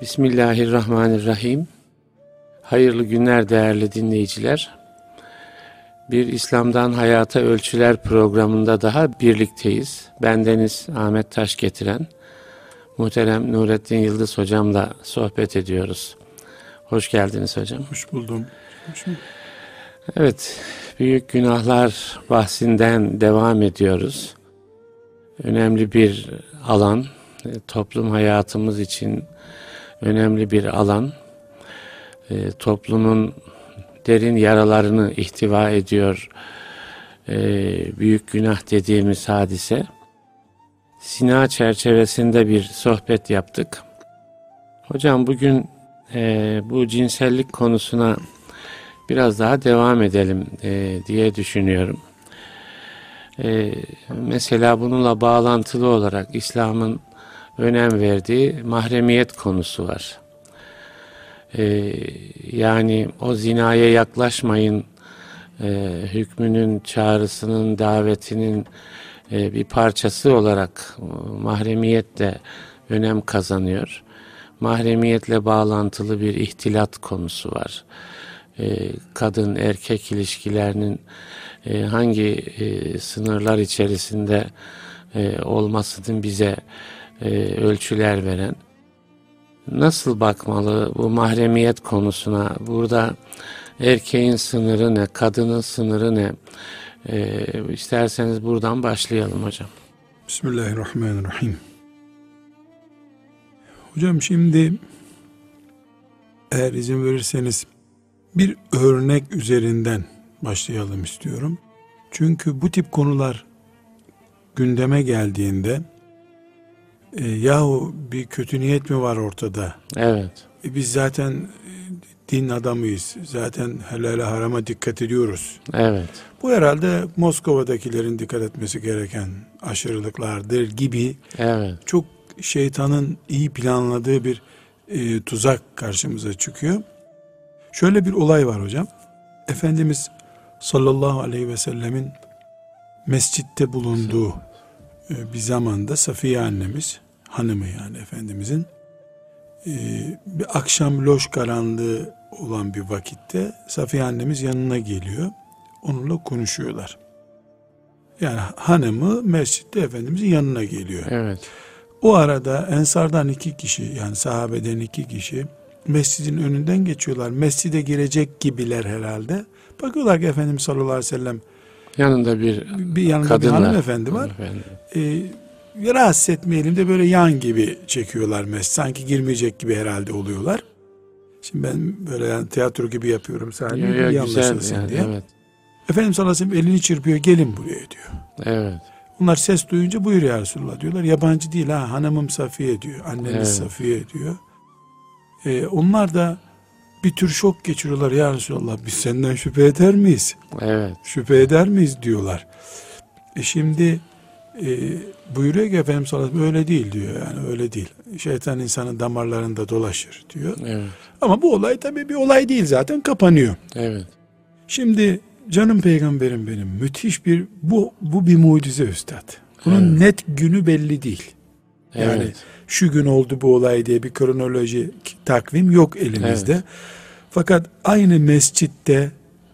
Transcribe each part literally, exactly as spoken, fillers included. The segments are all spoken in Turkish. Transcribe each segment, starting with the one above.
Bismillahirrahmanirrahim. Hayırlı günler değerli dinleyiciler. Bir İslam'dan Hayata Ölçüler programında daha birlikteyiz. Bendeniz Ahmet Taş getiren muhterem Nurettin Yıldız hocamla sohbet ediyoruz. Hoş geldiniz hocam. Hoş buldum. Hoş buldum. Evet, büyük günahlar bahsinden devam ediyoruz. Önemli bir alan, toplum hayatımız için önemli bir alan. E, toplumun derin yaralarını ihtiva ediyor e, büyük günah dediğimiz hadise. Zina çerçevesinde bir sohbet yaptık. Hocam bugün e, bu cinsellik konusuna biraz daha devam edelim e, diye düşünüyorum. E, mesela bununla bağlantılı olarak İslam'ın önem verdiği mahremiyet konusu var. Ee, yani o zinaya yaklaşmayın e, hükmünün, çağrısının, davetinin e, bir parçası olarak e, mahremiyet de önem kazanıyor. Mahremiyetle bağlantılı bir ihtilat konusu var. E, kadın erkek ilişkilerinin e, hangi e, sınırlar içerisinde e, olmasının bize e, ölçüler veren. Nasıl bakmalı bu mahremiyet konusuna? Burada erkeğin sınırı ne, kadının sınırı ne? Ee, isterseniz buradan başlayalım hocam. Bismillahirrahmanirrahim. Hocam şimdi eğer izin verirseniz bir örnek üzerinden başlayalım istiyorum. Çünkü bu tip konular gündeme geldiğinde E, yahu bir kötü niyet mi var ortada? Evet. E, biz zaten e, din adamıyız. Zaten helale harama dikkat ediyoruz. Evet. Bu herhalde Moskova'dakilerin dikkat etmesi gereken aşırılıklardır gibi. Evet. Çok şeytanın iyi planladığı bir e, tuzak karşımıza çıkıyor. Şöyle bir olay var hocam. Efendimiz sallallahu aleyhi ve sellemin mescitte bulunduğu e, bir zamanda Safiye annemiz, hanımı yani Efendimizin, e, bir akşam loş karanlığı olan bir vakitte Safiye annemiz yanına geliyor. Onunla konuşuyorlar. Yani hanımı mescitte Efendimizin yanına geliyor. Evet. O arada Ensardan iki kişi, yani sahabeden iki kişi mescidin önünden geçiyorlar. Mescide girecek gibiler herhalde. Bakıyorlar ki Efendimiz sallallahu aleyhi ve sellem yanında bir, bir yanında bir hanımefendi var. Ee, rahatsız etmeyelim de böyle yan gibi çekiyorlar mescid. Sanki girmeyecek gibi herhalde oluyorlar. Şimdi ben böyle yani tiyatro gibi yapıyorum sadece. Yo, yo, iyi anlaşılsın yani, diye. Evet. Efendimiz sallallahu aleyhi ve sellem elini çırpıyor, gelin buraya diyor. Evet. Onlar ses duyunca buyur ya Resulullah diyorlar. Yabancı değil ha, hanımım Safiye diyor. Annemiz evet. Safiye diyor. Ee, onlar da bir tür şok geçiriyorlar. Ya Resulallah biz senden şüphe eder miyiz? Evet. Şüphe eder miyiz diyorlar. E şimdi e, buyuruyor ki Efendimiz sallallahu aleyhi ve sellem öyle değil diyor. Yani öyle değil. Şeytan insanın damarlarında dolaşır diyor. Evet. Ama bu olay tabii bir olay değil, zaten kapanıyor. Evet. Şimdi canım peygamberim benim, müthiş bir bu bu bir mucize üstad. Bunun evet. net günü belli değil. Yani evet. şu gün oldu bu olay diye bir kronoloji takvim yok elimizde. Evet. Fakat aynı mescitte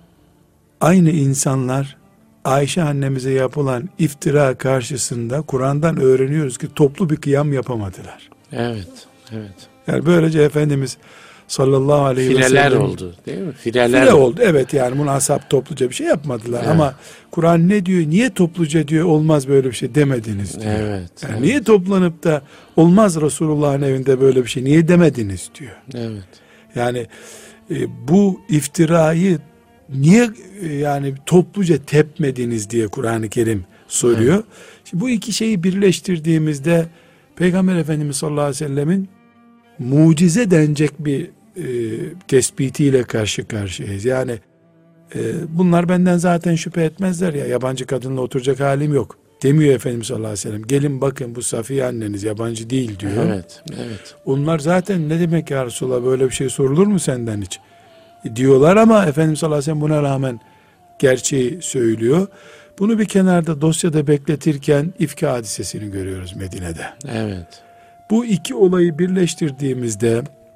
aynı insanlar Ayşe annemize yapılan iftira karşısında Kur'an'dan öğreniyoruz ki toplu bir kıyam yapamadılar. Evet. Evet. Yani böylece Efendimiz sallallahu aleyhi Fireler ve sellem Fireler oldu değil mi? Fireler fire oldu. Evet, yani bunu ashab topluca bir şey yapmadılar. Evet. Ama Kur'an ne diyor? Niye topluca diyor, olmaz böyle bir şey demediniz diyor. Evet, yani evet. Niye toplanıp da olmaz Resulullah'ın evinde böyle bir şey niye demediniz diyor. Evet. Yani e, bu iftirayı niye e, yani topluca tepmediniz diye Kur'an-ı Kerim soruyor. Evet. Şimdi bu iki şeyi birleştirdiğimizde Peygamber Efendimiz sallallahu aleyhi ve sellemin mucize denecek bir e, tespitiyle karşı karşıyayız. Yani e, bunlar benden zaten şüphe etmezler ya, yabancı kadınla oturacak halim yok demiyor Efendimiz sallallahu aleyhi ve sellem. Gelin bakın bu Safiye anneniz yabancı değil diyor. Evet, evet. Onlar zaten ne demek ya Resulallah, böyle bir şey sorulur mu senden hiç e, diyorlar ama Efendimiz sallallahu aleyhi ve sellem buna rağmen gerçeği söylüyor. Bunu bir kenarda dosyada bekletirken ifka hadisesini görüyoruz Medine'de. Evet. Bu iki olayı birleştirdiğimizde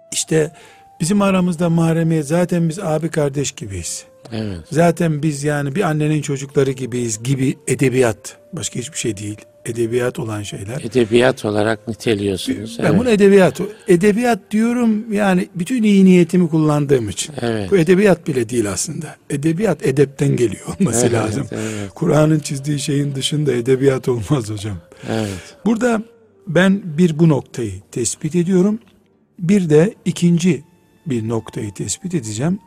İşte bizim aramızda mahremiyet, zaten biz abi kardeş gibiyiz. Evet. Zaten biz yani bir annenin çocukları gibiyiz gibi edebiyat. Başka hiçbir şey değil. Edebiyat olan şeyler. Edebiyat olarak niteliyorsunuz. Ben evet. bunu edebiyat, edebiyat diyorum yani bütün iyi niyetimi kullandığım için. Evet. Bu edebiyat bile değil aslında. Edebiyat edepten geliyor olması Evet, lazım. evet. Kur'an'ın çizdiği şeyin dışında edebiyat olmaz hocam. Evet. Burada ben bir bu noktayı tespit ediyorum. Bir de ikinci bir noktayı tespit edeceğim.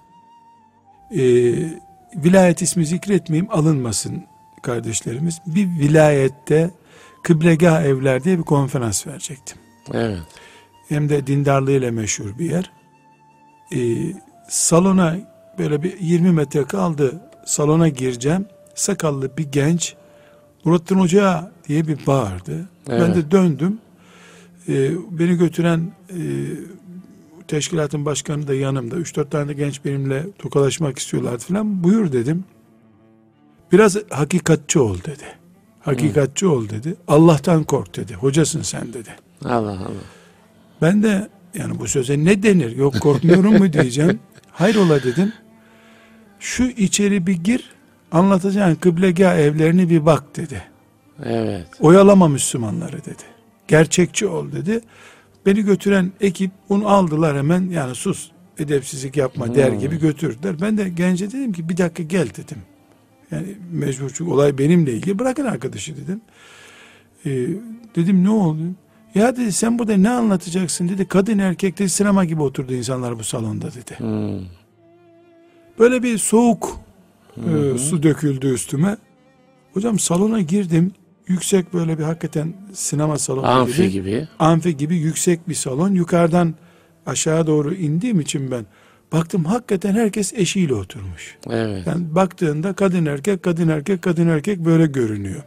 Ee, vilayet ismi zikretmeyeyim, alınmasın kardeşlerimiz. Bir vilayette Kıblegah Evler diye bir konferans verecektim. Evet. Hem de dindarlığıyla meşhur bir yer. Ee, salona böyle bir yirmi metre kaldı. Salona gireceğim. Sakallı bir genç Nurattin Hoca diye bir bağırdı. Evet. Ben de döndüm. Ee, beni götüren e, teşkilatın başkanı da yanımda. Üç dört tane de genç benimle tokalaşmak istiyorlardı falan. Buyur dedim. Biraz hakikatçi ol dedi. Hakikatçi ol dedi. Allah'tan kork dedi. Hocasın sen dedi. Allah Allah. Ben de yani bu söze ne denir? Yok korkmuyorum mu diyeceğim. Hayrola dedim. Şu içeri bir gir, anlatacağın kıblegah evlerini bir bak dedi. Evet. Oyalama Müslümanları dedi. Gerçekçi ol dedi. Beni götüren ekip onu aldılar hemen, yani sus edepsizlik yapma Hmm. der gibi götürdüler. Ben de gence dedim ki bir dakika gel dedim. Yani mecbur, çünkü olay benimle ilgili, bırakın arkadaşı dedim. Ee, dedim ne oldu? Ya dedi sen burada ne anlatacaksın dedi. Kadın erkek dedi, sinema gibi oturdu insanlar bu salonda dedi. Hmm. Böyle bir soğuk Hı e, su döküldü üstüme. Hocam salona girdim. Yüksek, böyle bir hakikaten sinema salonu Amfi gibi. gibi. Amfi gibi yüksek bir salon. Yukarıdan aşağı doğru indiğim için ben baktım hakikaten herkes eşiyle oturmuş. Evet. Yani baktığında kadın erkek, kadın erkek, kadın erkek böyle görünüyor.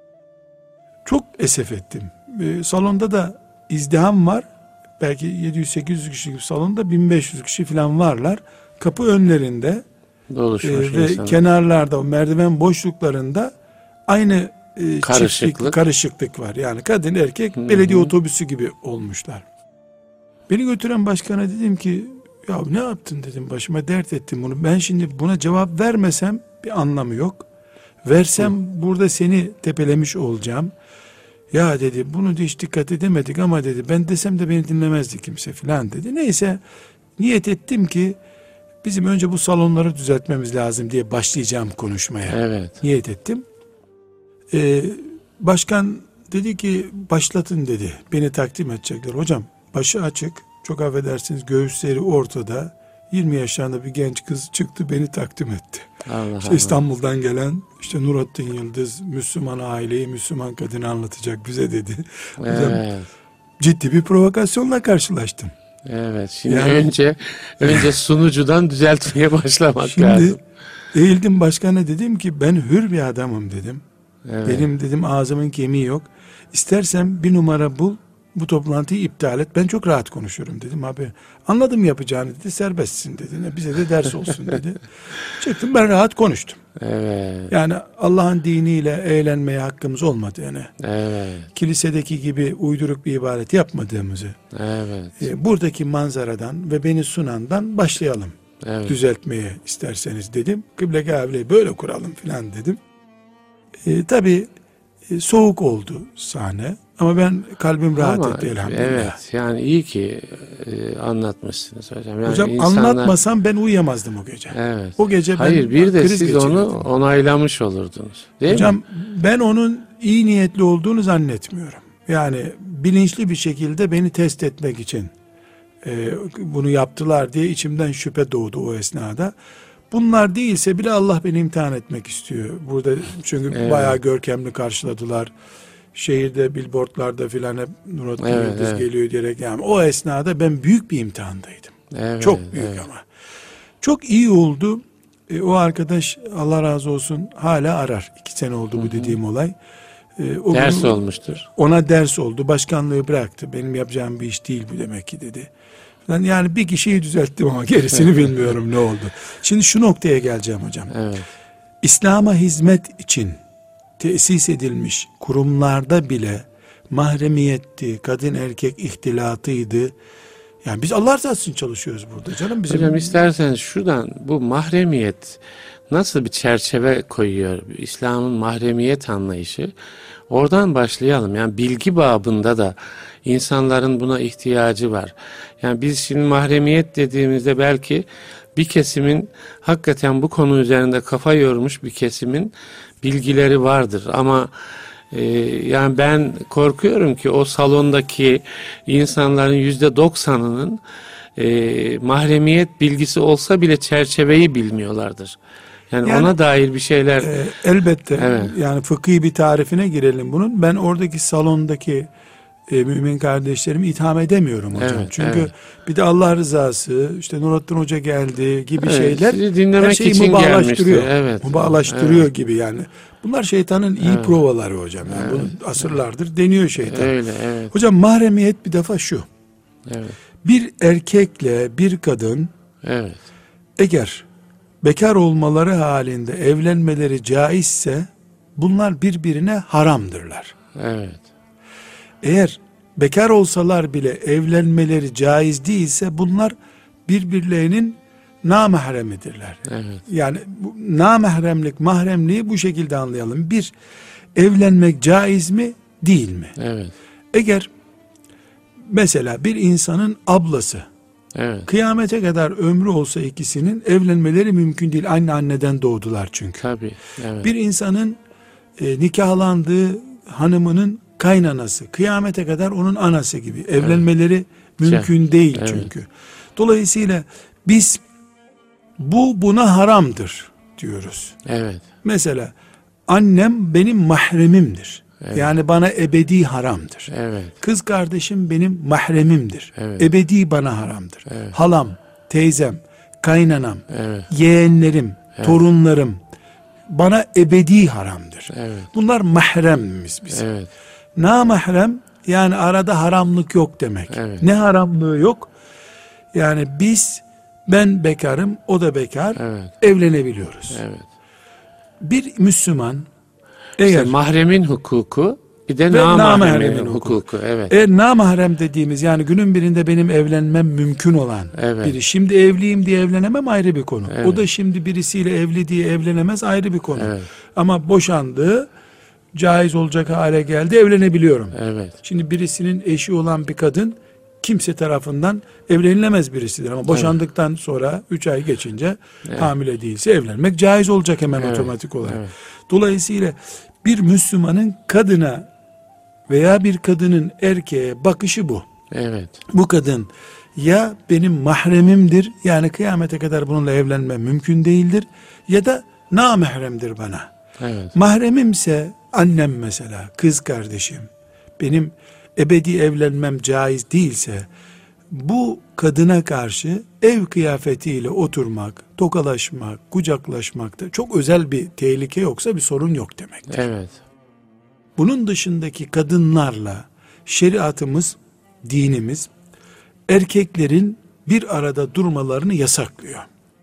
Çok esef ettim. Ee, salonda da izdiham var. Belki yedi yüz sekiz yüz kişilik bir salonda bin beş yüz kişi falan varlar. Kapı önlerinde Doluşmuş e, ve insanlar. kenarlarda, o merdiven boşluklarında aynı e, Karışıklık. çiftlik, karışıklık var. Yani kadın erkek Hı hı. belediye otobüsü gibi olmuşlar. Beni götüren başkana dedim ki ya ne yaptın dedim, başıma dert ettim bunu. Ben şimdi buna cevap vermesem bir anlamı yok. Versem Hı. burada seni tepelemiş olacağım. Ya dedi bunu da hiç dikkat edemedik ama dedi ben desem de beni dinlemezdi kimse filan dedi. Neyse niyet ettim ki bizim önce bu salonları düzeltmemiz lazım diye başlayacağım konuşmaya. Evet. Niyet ettim. Ee, başkan dedi ki başlatın dedi. Beni takdim edecekler. Hocam başı açık, çok affedersiniz, göğüsleri ortada, yirmi yaşlarında bir genç kız çıktı beni takdim etti. Allah İşte Allah. İstanbul'dan gelen işte Nurattin Yıldız Müslüman aileyi, Müslüman kadını anlatacak bize dedi. Hocam, Evet. ciddi bir provokasyonla karşılaştım. Evet. Şimdi Yani- önce önce sunucudan düzeltmeye başlamak Şimdi lazım. eğildim başkana, dedim ki ben hür bir adamım dedim. Evet. Benim dedim ağzımın kemiği yok. İstersen bir numara bul, bu toplantıyı iptal et. Ben çok rahat konuşurum dedim abi. Anladım yapacağını dedi. Serbestsin dedi. Ne, bize de ders olsun dedi. Çıktım, ben rahat konuştum. Evet. Yani Allah'ın diniyle eğlenmeye hakkımız olmadı yani. Evet. Kilisedeki gibi uyduruk bir ibadet yapmadığımızı, Evet. e, buradaki manzaradan ve beni sunandan başlayalım. Evet. Düzeltmeye isterseniz dedim. Kıblegâh evleri böyle kuralım filan dedim. E, tabii e, soğuk oldu sahne ama ben kalbim rahat Ama etti elhamdülillah. evet, yani iyi ki e, anlatmışsınız hocam. Yani Hocam insanlar- anlatmasam ben uyuyamazdım o gece. Evet. O gece ben Hayır, bir de kriz siz onu geçirirdim. onaylamış olurdunuz. Değil Hocam mi? ben onun iyi niyetli olduğunu zannetmiyorum. Yani bilinçli bir şekilde beni test etmek için e, bunu yaptılar diye içimden şüphe doğdu o esnada. Bunlar değilse bile Allah beni imtihan etmek istiyor. Burada çünkü Evet. bayağı görkemli karşıladılar. Şehirde, billboardlarda filan hep Nurattin Evet, Yıldız evet. geliyor diyerek, yani o esnada ben büyük bir imtihandaydım. Evet, Çok büyük evet. ama. Çok iyi oldu. E, o arkadaş Allah razı olsun hala arar. İki sene oldu bu dediğim olay. E, o Ders gün olmuştur. ona ders oldu. Başkanlığı bıraktı. Benim yapacağım bir iş değil bu demek ki dedi. Ben yani bir kişiyi düzelttim ama gerisini bilmiyorum ne oldu. Şimdi şu noktaya geleceğim hocam. Evet. İslam'a hizmet için tesis edilmiş kurumlarda bile mahremiyetti, kadın erkek ihtilatıydı, Yani biz Allah rızası için çalışıyoruz burada canım. Bizim... Hocam isterseniz şuradan bu mahremiyet nasıl bir çerçeve koyuyor? İslam'ın mahremiyet anlayışı. Oradan başlayalım. Yani bilgi babında da insanların buna ihtiyacı var. Yani biz şimdi mahremiyet dediğimizde belki bir kesimin hakikaten bu konu üzerinde kafa yormuş bir kesimin bilgileri vardır. Ama e, yani ben korkuyorum ki o salondaki insanların yüzde doksanının e, mahremiyet bilgisi olsa bile çerçeveyi bilmiyorlardır. Yani, yani ona dair bir şeyler... E, elbette. Evet. Yani fıkhi bir tarifine girelim bunun. Ben oradaki salondaki e, mümin kardeşlerimi itham edemiyorum hocam. Evet, Çünkü evet. bir de Allah rızası, işte Nurattin Hoca geldi gibi evet, şeyler sizi dinlemek her şeyi için mübahlaştırıyor. Evet. Mübahlaştırıyor Evet. gibi yani. Bunlar şeytanın iyi Evet. provaları hocam. Yani Evet. bunu asırlardır deniyor şeytan. Öyle, evet. Hocam mahremiyet bir defa şu. Evet. Bir erkekle bir kadın Evet. eğer bekar olmaları halinde evlenmeleri caizse bunlar birbirine haramdırlar. Evet. Eğer bekar olsalar bile evlenmeleri caiz değilse bunlar birbirlerinin namahremidirler. Evet. Yani bu namahremlik, mahremliği bu şekilde anlayalım. Bir, evlenmek caiz mi, değil mi? Evet. Eğer mesela bir insanın ablası, Evet. kıyamete kadar ömrü olsa ikisinin evlenmeleri mümkün değil. Anne anneden doğdular çünkü. Tabii. Evet. Bir insanın e, nikahlandığı hanımının kaynanası, kıyamete kadar onun anası gibi. Evlenmeleri evet. mümkün değil evet. çünkü. Dolayısıyla biz bu buna haramdır diyoruz. Evet. Mesela annem benim mahremimdir. Evet. Yani bana ebedi haramdır. Evet. Kız kardeşim benim mahremimdir. Evet. Ebedi bana haramdır. Evet. Halam, teyzem, kaynanam, evet. yeğenlerim, evet. torunlarım bana ebedi haramdır. Evet. Bunlar mahremimiz bizim. Evet. Namahrem yani arada haramlık yok demek. Evet. Ne haramlığı yok? Yani biz, ben bekarım, o da bekar, evet. evlenebiliyoruz. Evet. Bir Müslüman eğer İşte mahremin hukuku bir de ve namahremin namahremin hukuku. hukuku. Evet. Eğer namahrem dediğimiz yani günün birinde benim evlenmem mümkün olan evet. biri. Şimdi evliyim diye evlenemem ayrı bir konu. Evet. O da şimdi birisiyle evli diye evlenemez ayrı bir konu. Evet. Ama boşandı, caiz olacak hale geldi, evlenebiliyorum. Evet. Şimdi birisinin eşi olan bir kadın kimse tarafından evlenilemez birisidir. Ama boşandıktan evet. sonra üç ay geçince evet. hamile değilse evlenmek caiz olacak hemen evet. otomatik olarak. Evet. Dolayısıyla bir Müslümanın kadına veya bir kadının erkeğe bakışı bu. Evet. Bu kadın ya benim mahremimdir, yani kıyamete kadar bununla evlenmem mümkün değildir, ya da namahremdir bana. Evet. Mahremimse annem mesela, kız kardeşim, benim ebedi evlenmem caiz değilse, bu kadına karşı ev kıyafetiyle oturmak, tokalaşmak, kucaklaşmakta çok özel bir tehlike yoksa bir sorun yok demektir. Evet. Bunun dışındaki kadınlarla şeriatımız, dinimiz erkeklerin bir arada durmalarını yasaklıyor.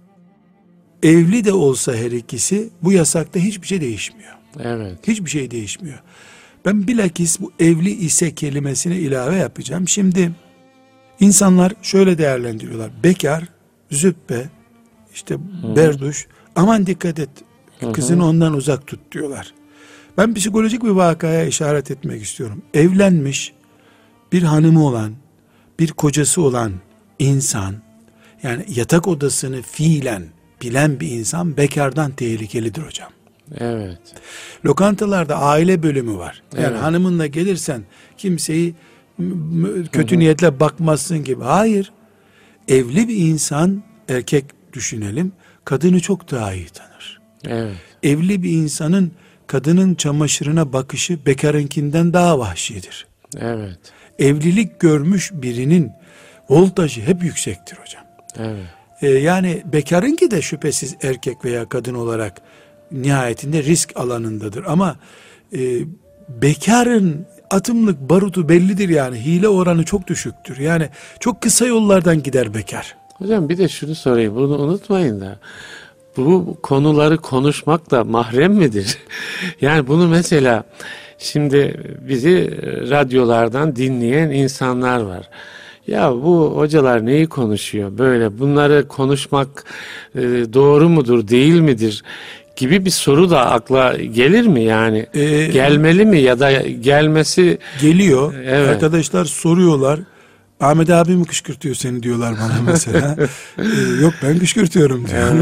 Evli de olsa her ikisi bu yasakta hiçbir şey değişmiyor. Evet. Hiçbir şey değişmiyor. Ben bilakis bu evli ise kelimesine ilave yapacağım. Şimdi insanlar şöyle Değerlendiriyorlar. Bekar, züppe, işte Hı. berduş, aman dikkat et, kızını Hı. ondan uzak tut diyorlar. Ben psikolojik bir vakaya işaret etmek istiyorum. Evlenmiş, bir hanımı olan, bir kocası olan insan, yani yatak odasını fiilen bilen bir insan bekardan tehlikelidir hocam. Evet. Lokantalarda aile bölümü var. Yani evet. hanımınla gelirsen kimseyi kötü Hı-hı. niyetle bakmazsın gibi. Hayır. Evli bir insan, erkek düşünelim, kadını çok daha iyi tanır. Evet. Evli bir insanın kadının çamaşırına bakışı bekarınkinden daha vahşidir. Evet. Evlilik görmüş birinin voltajı hep yüksektir hocam. Evet. Ee, yani bekarınki de şüphesiz erkek veya kadın olarak nihayetinde risk alanındadır. Ama e, bekarın atımlık barutu bellidir yani. Hile oranı çok düşüktür. Yani çok kısa yollardan gider bekar. Hocam bir de şunu sorayım. Bunu unutmayın da. Bu konuları konuşmak da mahrem midir? Yani bunu mesela şimdi bizi radyolardan dinleyen insanlar var. Ya bu hocalar neyi konuşuyor böyle, bunları konuşmak e, doğru mudur değil midir gibi bir soru da akla gelir mi yani? Ee, Gelmeli mi ya da gelmesi Geliyor. Evet. Arkadaşlar soruyorlar. Ahmet abi mi kışkırtıyor seni diyorlar bana mesela. Ee, yok ben kışkırtıyorum diyorum.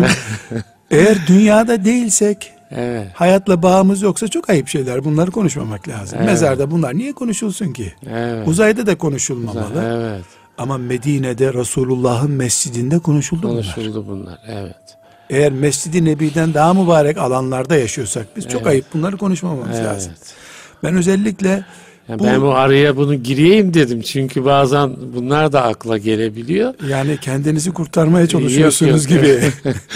Eğer dünyada değilsek, evet, hayatla bağımız yoksa çok ayıp şeyler. Bunları konuşmamak lazım. Evet. Mezarda bunlar niye konuşulsun ki? evet, Uzayda da konuşulmamalı. evet, Ama Medine'de Resulullah'ın mescidinde konuşuldu, bunlar. konuşuldu bunlar, evet. Eğer Mescid-i Nebi'den daha mübarek alanlarda yaşıyorsak biz çok Evet. ayıp bunları konuşmamamız Evet. lazım. Ben özellikle Yani bu, ben bu araya bunu gireyim dedim çünkü bazen bunlar da akla gelebiliyor. yani kendinizi kurtarmaya çalışıyorsunuz Yok, yok. gibi.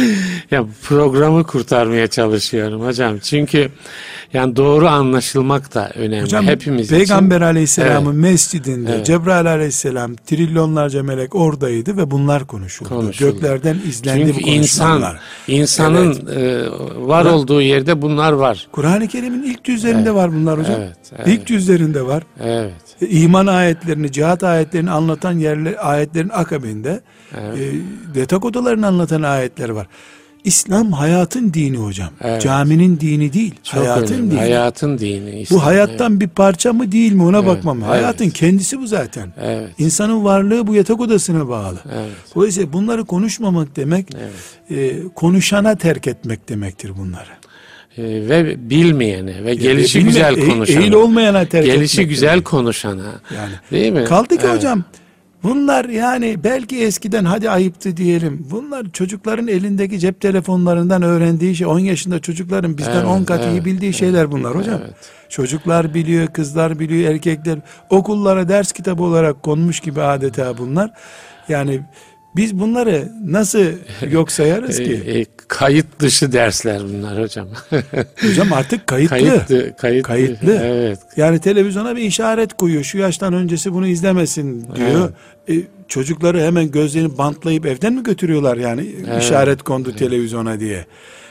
Ya programı kurtarmaya çalışıyorum hocam. Çünkü yani doğru anlaşılmak da önemli. Hocam hepimiz Peygamber için. Aleyhisselam'ın mescidinde Evet. Cebrail Aleyhisselam trilyonlarca melek oradaydı ve bunlar konuşuldu. Konuşuldu. Göklerden izlendi Çünkü bu insan, konuşmalar. insanın e, var Kur'an- olduğu yerde bunlar var. Kur'an-ı Kerim'in ilk yüzlerinde Evet. var bunlar hocam. Evet, evet. İlk yüzlerinde var. Evet. E, İman ayetlerini, cihat ayetlerini anlatan yerler, ayetlerin akabinde Evet. e, yatak odalarını anlatan ayetler var. İslam hayatın dini hocam. Evet. Caminin dini değil. Çok hayatın önemli. dini. Hayatın dini. İslam. Bu hayattan bir parça mı değil mi ona Evet, bakmam. evet. Hayatın kendisi bu zaten. Evet. İnsanın varlığı bu yatak odasına bağlı. Evet. Dolayısıyla bunları konuşmamak demek, Evet. e, konuşana terk etmek demektir bunları. E, ve bilmeyene ve gelişi Bilme- güzel e- konuşana. Eğil olmayana terk gelişi etmek güzel demek. konuşana. Yani Değil mi? kaldı ki Evet. hocam bunlar yani belki eskiden hadi ayıptı diyelim. Bunlar çocukların elindeki cep telefonlarından öğrendiği şey, on yaşında çocukların bizden Evet, on kat iyi evet, bildiği şeyler bunlar hocam. Evet. Çocuklar biliyor, kızlar biliyor, erkekler okullara ders kitabı olarak konmuş gibi adeta bunlar. Yani biz bunları nasıl yok sayarız ki? E, e, kayıt dışı dersler bunlar hocam. Hocam artık kayıtlı. Kayıtlı, kayıtlı. Kayıtlı. Evet. Yani televizyona bir işaret koyuyor. Şu yaştan öncesi bunu izlemesin diyor. E, çocukları hemen gözlerini bantlayıp evden mi götürüyorlar yani Evet. işaret kondu televizyona diye.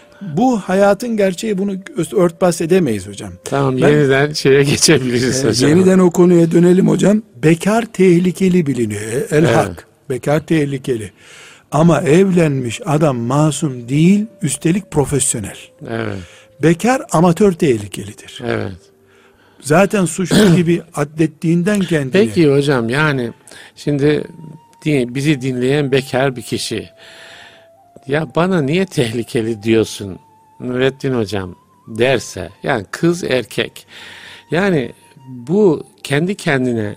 Bu hayatın gerçeği, bunu örtbas edemeyiz hocam. Tamam, Ben- yeniden şeye geçebiliriz E, hocam. yeniden o konuya dönelim hocam. Bekar tehlikeli biliniyor. E, El Evet. hak. Bekar tehlikeli. Ama evlenmiş adam masum değil, üstelik profesyonel. Evet. Bekar amatör tehlikelidir. Evet. Zaten suçlu gibi addettiğinden kendini. Peki hocam, yani şimdi din- bizi dinleyen bekar bir kişi, ya bana niye tehlikeli diyorsun Nurettin hocam derse, yani kız erkek, yani bu kendi kendine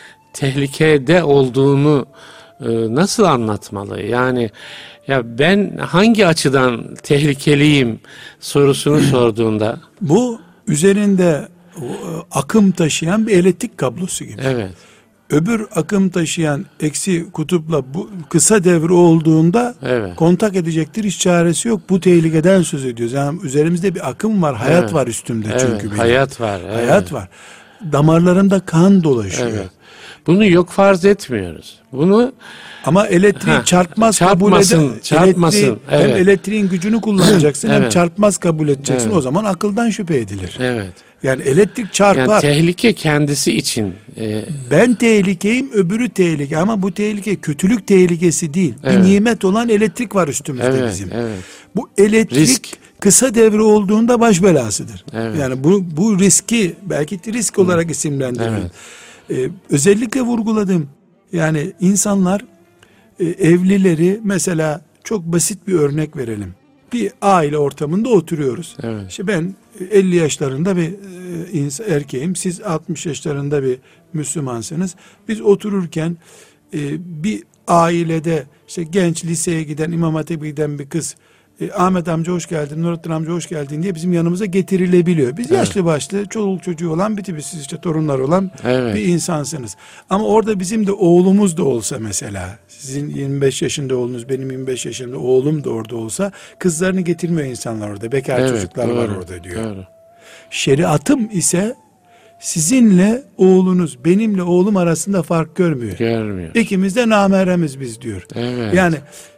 tehlikede olduğunu e, nasıl anlatmalı? Yani ya ben hangi açıdan tehlikeliyim sorusunu sorduğunda, Bu üzerinde o, akım taşıyan bir elektrik kablosu gibi. evet, Öbür akım taşıyan eksi kutupla bu kısa devre olduğunda evet, kontak edecektir, hiç çaresi yok. Bu tehlikeden söz ediyoruz. Yani üzerimizde bir akım var, hayat Evet. var üstümde evet, çünkü benim. hayat var, evet. Hayat var. Damarlarımda kan dolaşıyor. Evet. Bunu yok farz etmiyoruz. Bunu Ama elektriği Ha, çarpmaz çarpmasın, kabul ede. çarpmasın, Elektriği- Hem evet. elektriğin gücünü kullanacaksın hem Evet. çarpmaz kabul edeceksin. Evet. O zaman akıldan şüphe edilir. evet. Yani elektrik çarpar. Yani tehlike kendisi için. e, Ben tehlikeyim, öbürü tehlike, ama bu tehlike kötülük tehlikesi değil. Evet. Bir nimet olan elektrik var üstümüzde evet, bizim. evet. Bu elektrik Risk. kısa devre olduğunda baş belasıdır. Evet. Yani bu bu riski belki risk olarak isimlendiriyorum. Ee, özellikle vurguladım. Yani insanlar e, evlileri, mesela çok basit bir örnek verelim. Bir aile ortamında oturuyoruz. Evet. İşte ben elli yaşlarında bir e, ins- erkeğim. Siz altmış yaşlarında bir Müslümansınız. Biz otururken e, bir ailede işte genç liseye giden, İmam Hatip'e giden bir kız e, Ahmet amca hoş geldin, Nurettin amca hoş geldin diye bizim yanımıza getirilebiliyor. Biz Evet. yaşlı başlı, çoluk çocuğu olan bir tipi, siz işte torunlar olan Evet. bir insansınız. Ama orada bizim de oğlumuz da olsa mesela, sizin yirmi beş yaşında oğlunuz, benim yirmi beş yaşında oğlum da orada olsa, kızlarını getirmiyor insanlar orada. Bekar Evet, çocuklar var doğru, orada diyor. Doğru. Şeriatım ise sizinle oğlunuz, benimle oğlum arasında fark görmüyor. Görmüyor. İkimiz de nameremiz biz diyor. Evet. Yani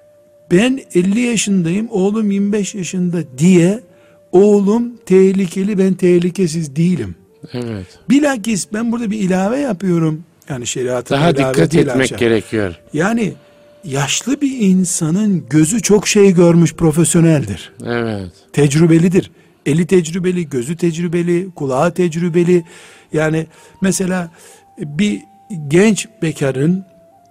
ben elli yaşındayım, oğlum yirmi beş yaşında diye oğlum tehlikeli, ben tehlikesiz değilim. Evet. Bilakis ben burada bir ilave yapıyorum. Yani şeriatın Daha dikkat ilavetiyle etmek aşağı. gerekiyor. Yani yaşlı bir insanın gözü çok şey görmüş, profesyoneldir. Evet. Tecrübelidir. Eli tecrübeli, gözü tecrübeli, kulağı tecrübeli. Yani mesela bir genç bekarın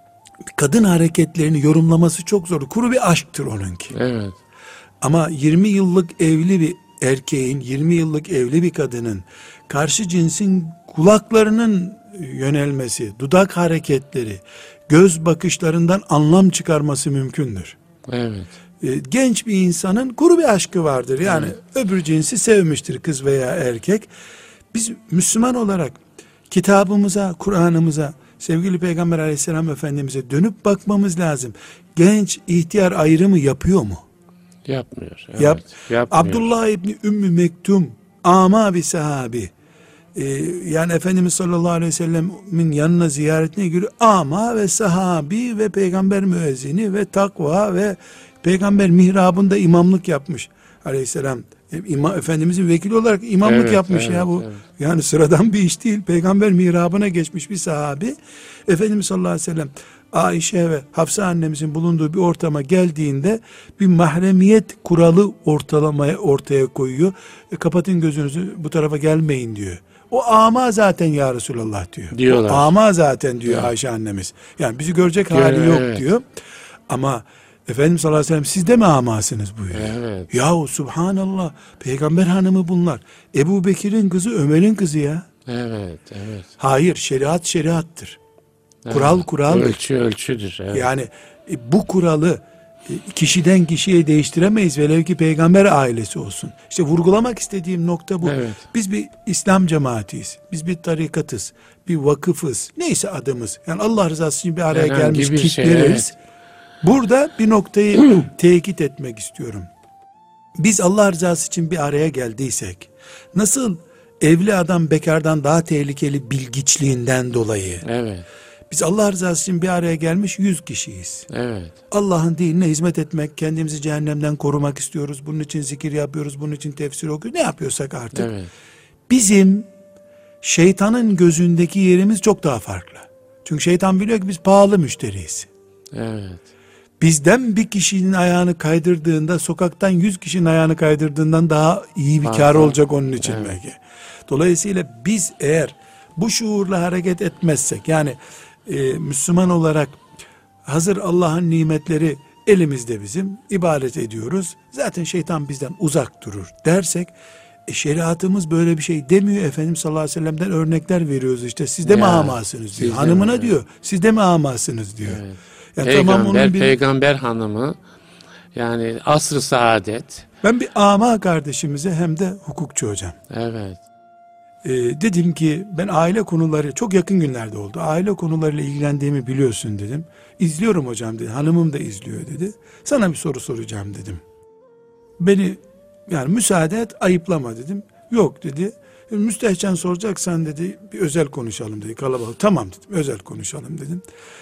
kadın hareketlerini yorumlaması çok zor. Kuru bir aşktır onunki. Evet. Ama yirmi yıllık evli bir erkeğin, yirmi yıllık evli bir kadının karşı cinsin kulaklarının yönelmesi, dudak hareketleri, göz bakışlarından anlam çıkarması mümkündür. Evet. Genç bir insanın kuru bir aşkı vardır. Yani evet. öbür cinsi sevmiştir, kız veya erkek. Biz Müslüman olarak kitabımıza, Kur'an'ımıza, sevgili Peygamber Aleyhisselam Efendimiz'e dönüp bakmamız lazım. Genç, ihtiyar ayrımı yapıyor mu? Yapmıyor. Evet, Yap. yapmıyor. Abdullah İbni Ümmü Mektum ama bir sahabi. Ee, yani Efendimiz sallallahu aleyhi ve sellemin yanına ziyaretine giriyor. Ama ve sahabi ve peygamber müezzini ve takva ve peygamber mihrabında imamlık yapmış aleyhisselam. İmam, Efendimizin vekili olarak imamlık evet, yapmış evet, ya bu. Evet. Yani sıradan bir iş değil. Peygamber mihrabına geçmiş bir sahabi. Efendimiz sallallahu aleyhi ve sellem Ayşe ve Hafsa annemizin bulunduğu bir ortama geldiğinde bir mahremiyet kuralı ortalamaya ortaya koyuyor. E, kapatın gözünüzü, bu tarafa gelmeyin diyor. O ama zaten ya Resulallah diyor. Diyorlar. O ama zaten diyor evet. Ayşe annemiz. Yani bizi görecek Diyor, hali yok evet. diyor. Ama Efendimiz sallallahu aleyhi ve sellem siz de mi amasınız buyuruyor. Evet. Yahu subhanallah, peygamber hanımı bunlar. Ebu Bekir'in kızı Ömer'in kızı ya. Evet, evet. Hayır, şeriat şeriattır. Evet. Kural kuraldır. Ölçü ölçüdür. Evet. Yani e, bu kuralı e, kişiden kişiye değiştiremeyiz, velev ki peygamber ailesi olsun. İşte vurgulamak istediğim nokta bu. Evet. Biz bir İslam cemaatiyiz. Biz bir tarikatız. Bir vakıfız. Neyse adımız. Yani Allah rızası için bir araya Herhangi gelmiş bir şey, kitleriz. evet. Burada bir noktayı tekit etmek istiyorum. Biz Allah rızası için bir araya geldiysek, nasıl evli adam bekardan daha tehlikeli bilgiçliğinden dolayı, Evet. biz Allah rızası için bir araya gelmiş yüz kişiyiz. Evet. Allah'ın dinine hizmet etmek, kendimizi cehennemden korumak istiyoruz. Bunun için zikir yapıyoruz, bunun için tefsir okuyoruz. Ne yapıyorsak artık. Evet. Bizim şeytanın gözündeki yerimiz çok daha farklı. Çünkü şeytan biliyor ki biz pahalı müşteriyiz. Evet. Bizden bir kişinin ayağını kaydırdığında, sokaktan yüz kişinin ayağını kaydırdığından daha iyi bir Fazla. kar olacak onun için Evet. belki. Dolayısıyla biz eğer bu şuurla hareket etmezsek, yani e, Müslüman olarak hazır Allah'ın nimetleri elimizde bizim, ibadet ediyoruz, zaten şeytan bizden uzak durur dersek, e, şeriatımız böyle bir şey demiyor. Efendimiz sallallahu aleyhi ve sellem'den örnekler veriyoruz işte. Siz de Ya, mi amasınız diyor. siz de Hanımına mi? diyor. Siz de mi amasınız diyor. Evet. Yani Peygamber, tamam onun bir, peygamber hanımı, yani asr-ı saadet. ben bir ama kardeşimize hem de hukukçu hocam. Evet. Ee, dedim ki ben aile konuları çok yakın günlerde oldu. Aile konularıyla ilgilendiğimi biliyorsun dedim. İzliyorum hocam dedi. Hanımım da izliyor dedi. Sana bir soru soracağım dedim. Beni yani müsaade et, ayıplama dedim. Yok dedi. Müstehcen soracaksan dedi bir özel konuşalım dedi, kalabalık. Tamam dedim, özel konuşalım dedim.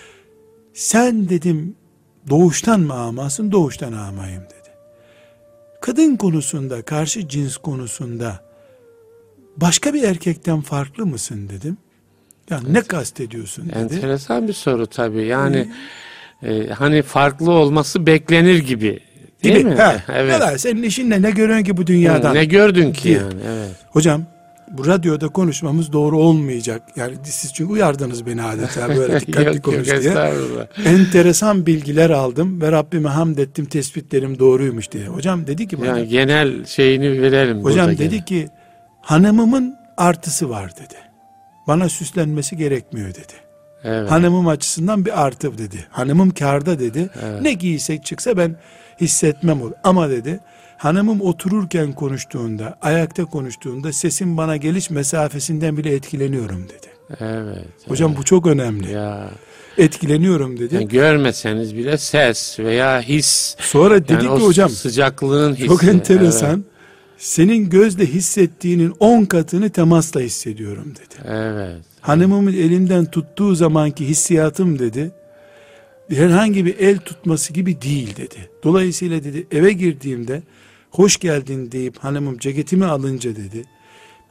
Sen dedim doğuştan mı amasın, doğuştan amayım dedi. Kadın konusunda, karşı cins konusunda başka bir erkekten farklı mısın dedim. Yani evet. Ne kastediyorsun dedi. Enteresan bir soru tabii. Yani ee, e, hani farklı olması beklenir gibi. Değil gibi. mi? Ha, evet. Ya senin işinle ne görüyorsun ki bu dünyadan? Hı, ne gördün ki diye. yani? Evet. Hocam bu radyoda konuşmamız doğru olmayacak. Yani siz çünkü uyardınız beni adeta böyle dikkatli yok, konuş yok, diye. Enteresan bilgiler aldım ve Rabbime hamd ettim, tespitlerim doğruymuş diye. Hocam dedi ki bana. Yani genel şeyini verelim. Hocam dedi gene. ki hanımımın artısı var dedi. Bana süslenmesi gerekmiyor dedi. Evet. Hanımım açısından bir artı dedi. Hanımım kârda dedi. Evet. Ne giysek çıksa ben hissetmem olur. Ama dedi hanımım otururken konuştuğunda, ayakta konuştuğunda sesin bana geliş mesafesinden bile etkileniyorum dedi. Evet. Hocam evet. bu çok önemli. Ya. Etkileniyorum dedi. Yani görmeseniz bile ses veya his. Sonra dedi yani ki hocam sıcaklığın hissi. çok enteresan. Evet. Senin gözle hissettiğinin on katını temasla hissediyorum dedi. Evet. Hanımımın elinden tuttuğu zamanki hissiyatım dedi, herhangi bir el tutması gibi değil dedi. Dolayısıyla dedi eve girdiğimde hoş geldin deyip hanımım ceketimi alınca dedi,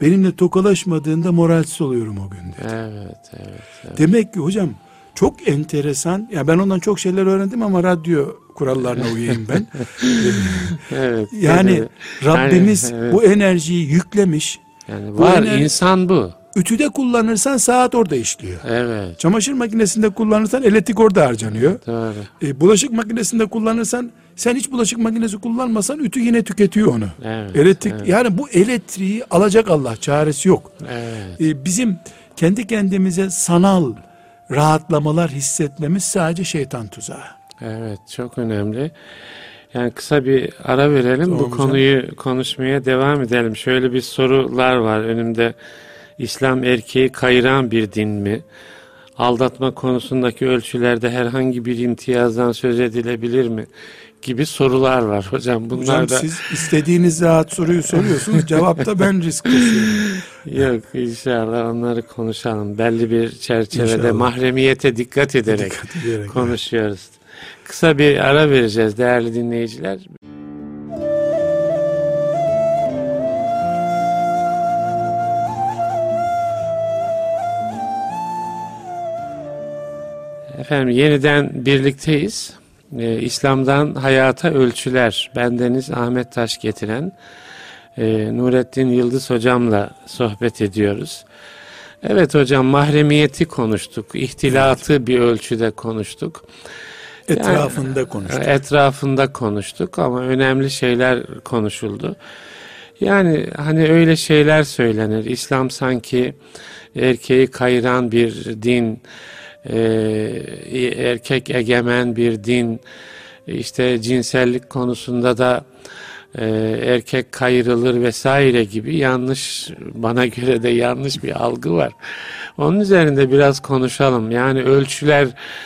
benimle tokalaşmadığında moralsiz oluyorum o günde. Evet, evet, evet. Demek ki hocam çok enteresan. Ya ben ondan çok şeyler öğrendim ama radyo kurallarına uyayım ben. Evet. Yani evet. Rabbimiz Yani, evet. bu enerjiyi yüklemiş. Yani Bu var, enerji, insan bu. Ütüde kullanırsan saat orada işliyor. Evet. Çamaşır makinesinde kullanırsan elektrik orada harcanıyor. Doğru. E, bulaşık makinesinde kullanırsan, sen hiç bulaşık makinesi kullanmasan ütü yine tüketiyor onu. Evet, Elektrik, evet. yani bu elektriği alacak Allah, çaresi yok. Evet. E, bizim kendi kendimize sanal rahatlamalar hissetmemiz sadece şeytan tuzağı. Evet, çok önemli. Yani kısa bir ara verelim. Tamam Bu hocam. konuyu konuşmaya devam edelim. Şöyle bir sorular var önümde. İslam erkeği kayıran bir din mi? Aldatma konusundaki ölçülerde herhangi bir imtiyazdan söz edilebilir mi? Gibi sorular var hocam. Bunlar Hocam da... siz istediğiniz rahat soruyu soruyorsunuz. Cevapta ben risk taşıyorum. Yok, inşallah onları konuşalım. Belli bir çerçevede İnşallah. mahremiyete dikkat ederek, Dikkat ederek konuşuyoruz. Kısa bir ara vereceğiz değerli dinleyiciler. Efendim yeniden birlikteyiz. Ee, İslam'dan hayata ölçüler. Bendeniz Ahmet Taş getiren e, Nurettin Yıldız hocamla sohbet ediyoruz. Evet hocam, mahremiyeti konuştuk. İhtilatı evet. bir ölçüde konuştuk. Etrafında yani, konuştuk. Etrafında konuştuk ama önemli şeyler konuşuldu. Yani hani öyle şeyler söylenir. İslam sanki erkeği kayıran bir din, e, erkek egemen bir din, işte cinsellik konusunda da e, erkek kayırılır vesaire gibi yanlış, bana göre de yanlış bir algı var. Onun üzerinde biraz konuşalım. Yani ölçüler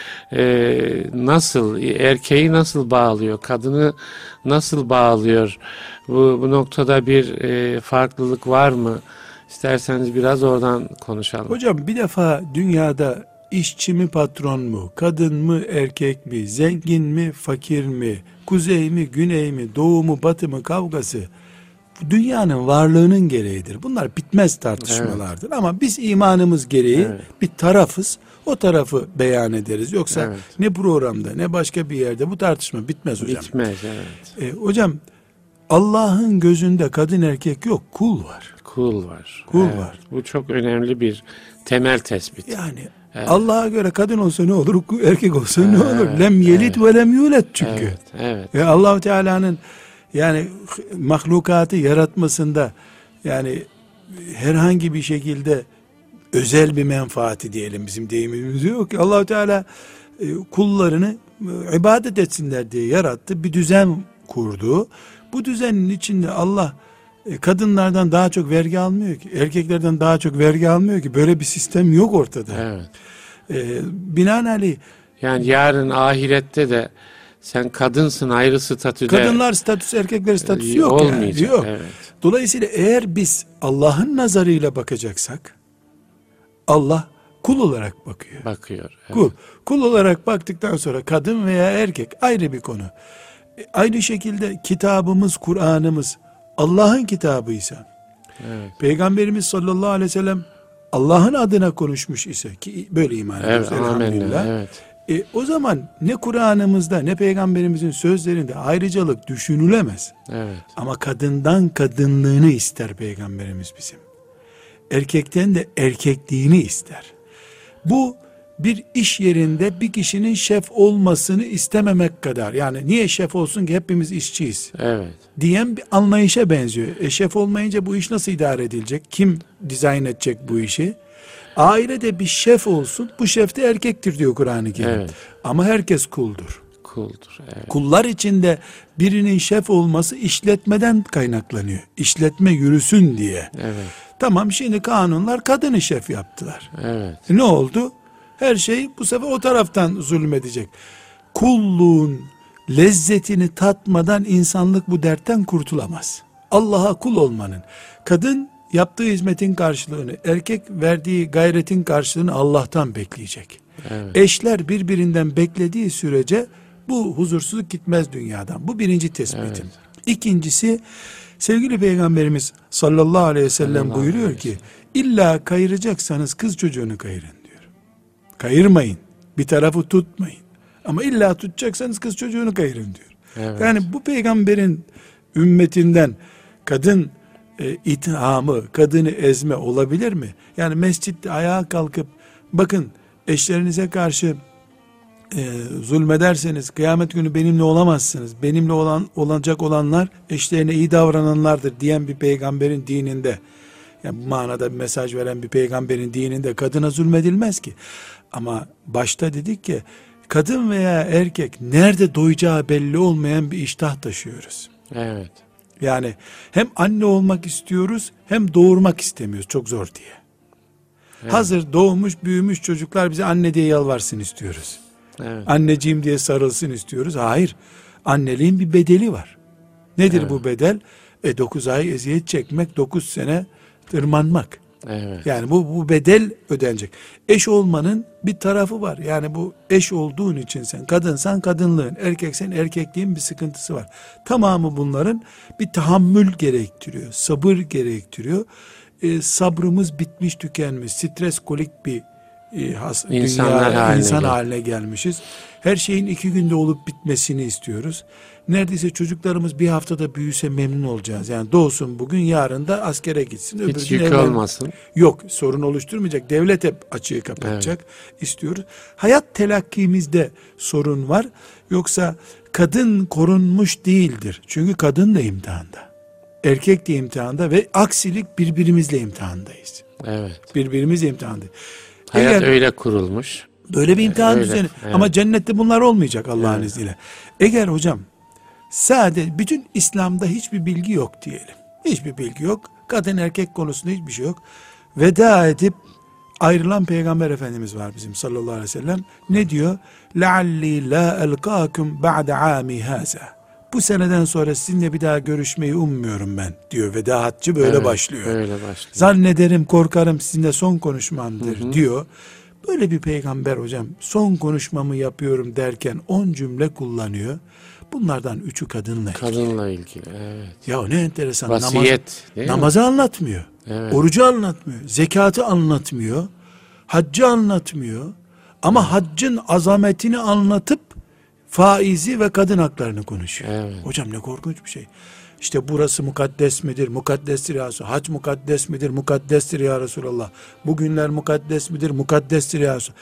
e, nasıl, erkeği nasıl bağlıyor, kadını nasıl bağlıyor? Bu, bu noktada bir e, farklılık var mı? İsterseniz biraz oradan konuşalım. Hocam bir defa dünyada işçi mi patron mu, kadın mı erkek mi, zengin mi fakir mi, kuzey mi güney mi, doğu mu batı mı kavgası dünyanın varlığının gereğidir. Bunlar bitmez tartışmalardır. Evet. Ama biz imanımız gereği evet. bir tarafız. O tarafı beyan ederiz. Yoksa evet. ne programda ne başka bir yerde bu tartışma bitmez hocam. Bitmez evet. E, hocam Allah'ın gözünde kadın erkek yok, kul var. Kul var. Kul evet. var. Bu çok önemli bir temel tespit. Yani evet. Allah'a göre kadın olsa ne olur, erkek olsa evet. ne olur? Lem yelit evet. ve lem yulet çünkü. Evet. Evet. E, Allah-u Teala'nın yani mahlukatı yaratmasında yani herhangi bir şekilde özel bir menfaati diyelim, bizim deyimimiz yok ki. Allah-u Teala e, kullarını e, ibadet etsinler diye yarattı. Bir düzen kurdu. Bu düzenin içinde Allah e, kadınlardan daha çok vergi almıyor ki. Erkeklerden daha çok vergi almıyor ki. Böyle bir sistem yok ortada. Evet. E, binaenaleyh yani yarın ahirette de sen kadınsın ayrı statüde. Kadınlar statüsü, erkekler statüsü yok. Olmayacak. Yani, yok. Evet. Dolayısıyla eğer biz Allah'ın nazarıyla bakacaksak Allah kul olarak bakıyor. Bakıyor. Evet. Kul. Kul olarak baktıktan sonra kadın veya erkek ayrı bir konu. E, aynı şekilde kitabımız, Kur'an'ımız Allah'ın kitabıysa, evet. Peygamberimiz sallallahu aleyhi ve sellem Allah'ın adına konuşmuş ise ki böyle iman ediyoruz evet, elhamdülillah. Evet. E, o zaman ne Kur'an'ımızda ne Peygamberimizin sözlerinde ayrıcalık düşünülemez. Evet. Ama kadından kadınlığını ister Peygamberimiz bizim. Erkekten de erkekliğini ister. Bu bir iş yerinde bir kişinin şef olmasını istememek kadar. Yani niye şef olsun ki, hepimiz işçiyiz. Evet. Diyen bir anlayışa benziyor. E şef olmayınca bu iş nasıl idare edilecek? Kim dizayn edecek bu işi? Ailede bir şef olsun, bu şef de erkektir diyor Kur'an-ı Kerim. Evet. Ama herkes kuldur. Kuldur. Evet. Kullar içinde birinin şef olması işletmeden kaynaklanıyor. İşletme yürüsün diye. Evet. Tamam, şimdi kanunlar kadını şef yaptılar. Evet. Ne oldu? Her şey bu sefer o taraftan zulmedecek. Kulluğun lezzetini tatmadan insanlık bu dertten kurtulamaz. Allah'a kul olmanın, kadın yaptığı hizmetin karşılığını, erkek verdiği gayretin karşılığını Allah'tan bekleyecek. Evet. Eşler birbirinden beklediği sürece bu huzursuzluk gitmez dünyadan. Bu birinci tespitim. Evet. İkincisi, Sevgili Peygamberimiz sallallahu aleyhi ve sellem Sallallahu buyuruyor aleyhi ve ki illa kayıracaksanız kız çocuğunu kayırın diyor. Kayırmayın. Bir tarafı tutmayın. Ama illa tutacaksanız kız çocuğunu kayırın diyor. Evet. Yani bu peygamberin ümmetinden kadın e, ithamı, kadını ezme olabilir mi? Yani mescitte ayağa kalkıp bakın eşlerinize karşı e, zulmederseniz kıyamet günü benimle olamazsınız. Benimle olan olacak olanlar eşlerine iyi davrananlardır diyen bir peygamberin dininde, yani bu manada bir mesaj veren bir peygamberin dininde kadına zulmedilmez ki. Ama başta dedik ki kadın veya erkek nerede doyacağı belli olmayan bir iştah taşıyoruz. Evet. Yani hem anne olmak istiyoruz hem doğurmak istemiyoruz, çok zor diye. Evet. Hazır doğmuş büyümüş çocuklar bize anne diye yalvarsın istiyoruz. Evet. Anneciğim diye sarılsın istiyoruz. Hayır, anneliğin bir bedeli var. Nedir Evet. bu bedel? E dokuz ay eziyet çekmek, dokuz sene tırmanmak. Evet. Yani bu, bu bedel ödenecek. Eş olmanın bir tarafı var. Yani bu eş olduğun için sen kadınsan kadınlığın, erkeksen erkekliğin bir sıkıntısı var. Tamamı bunların bir tahammül gerektiriyor. Sabır gerektiriyor. E, sabrımız bitmiş tükenmiş. Stres kolik bir e, has, İnsanlar dünya, haline insan gel- haline gelmişiz. Her şeyin iki günde olup bitmesini istiyoruz. Neredeyse çocuklarımız bir haftada büyüse memnun olacağız. Yani doğsun bugün, yarın da askere gitsin. öbür Hiç gün yük evlen- olmasın. Yok, sorun oluşturmayacak. Devlet hep açığı kapatacak istiyoruz. Hayat telakkimizde sorun var. Yoksa kadın korunmuş değildir. Çünkü kadın da imtihanda. Erkek de imtihanda ve aksilik birbirimizle imtihandayız. Evet. Birbirimizle imtihandayız. Hayat Eğer öyle kurulmuş. böyle bir imtihan Öyle, düzeni evet. ama cennette bunlar olmayacak Allah'ın Evet. izniyle. Eğer hocam sade bütün İslam'da hiçbir bilgi yok diyelim. Hiçbir bilgi yok. Kadın erkek konusunda hiçbir şey yok. Veda edip ayrılan Peygamber Efendimiz var bizim sallallahu aleyhi ve sellem. Ne diyor? لَعَلِّي لَا أَلْقَاكُمْ بَعْدَ عَامِ هَذَا. Bu seneden sonra sizinle bir daha görüşmeyi ummuyorum ben diyor. Veda haccı böyle Evet, başlıyor. Öyle başlıyor. Zannederim, korkarım sizinle son konuşmamdır Hı hı. diyor. Böyle bir peygamber hocam son konuşmamı yapıyorum derken on cümle kullanıyor. Bunlardan üçü kadınla ilgili. Kadınla ilgili. Evet. Ya ne enteresan. Vasiyet. Namaz, değil mi? namazı anlatmıyor. Evet. Orucu anlatmıyor. Zekatı anlatmıyor. Haccı anlatmıyor. Ama haccın azametini anlatıp faizi ve kadın haklarını konuşuyor. Evet. Hocam ne korkunç bir şey. İşte burası mukaddes midir? Mukaddestir ya Resulallah. Hac mukaddes midir? Mukaddestir ya Resulallah. Bugünler mukaddes midir? Mukaddestir ya Resulallah.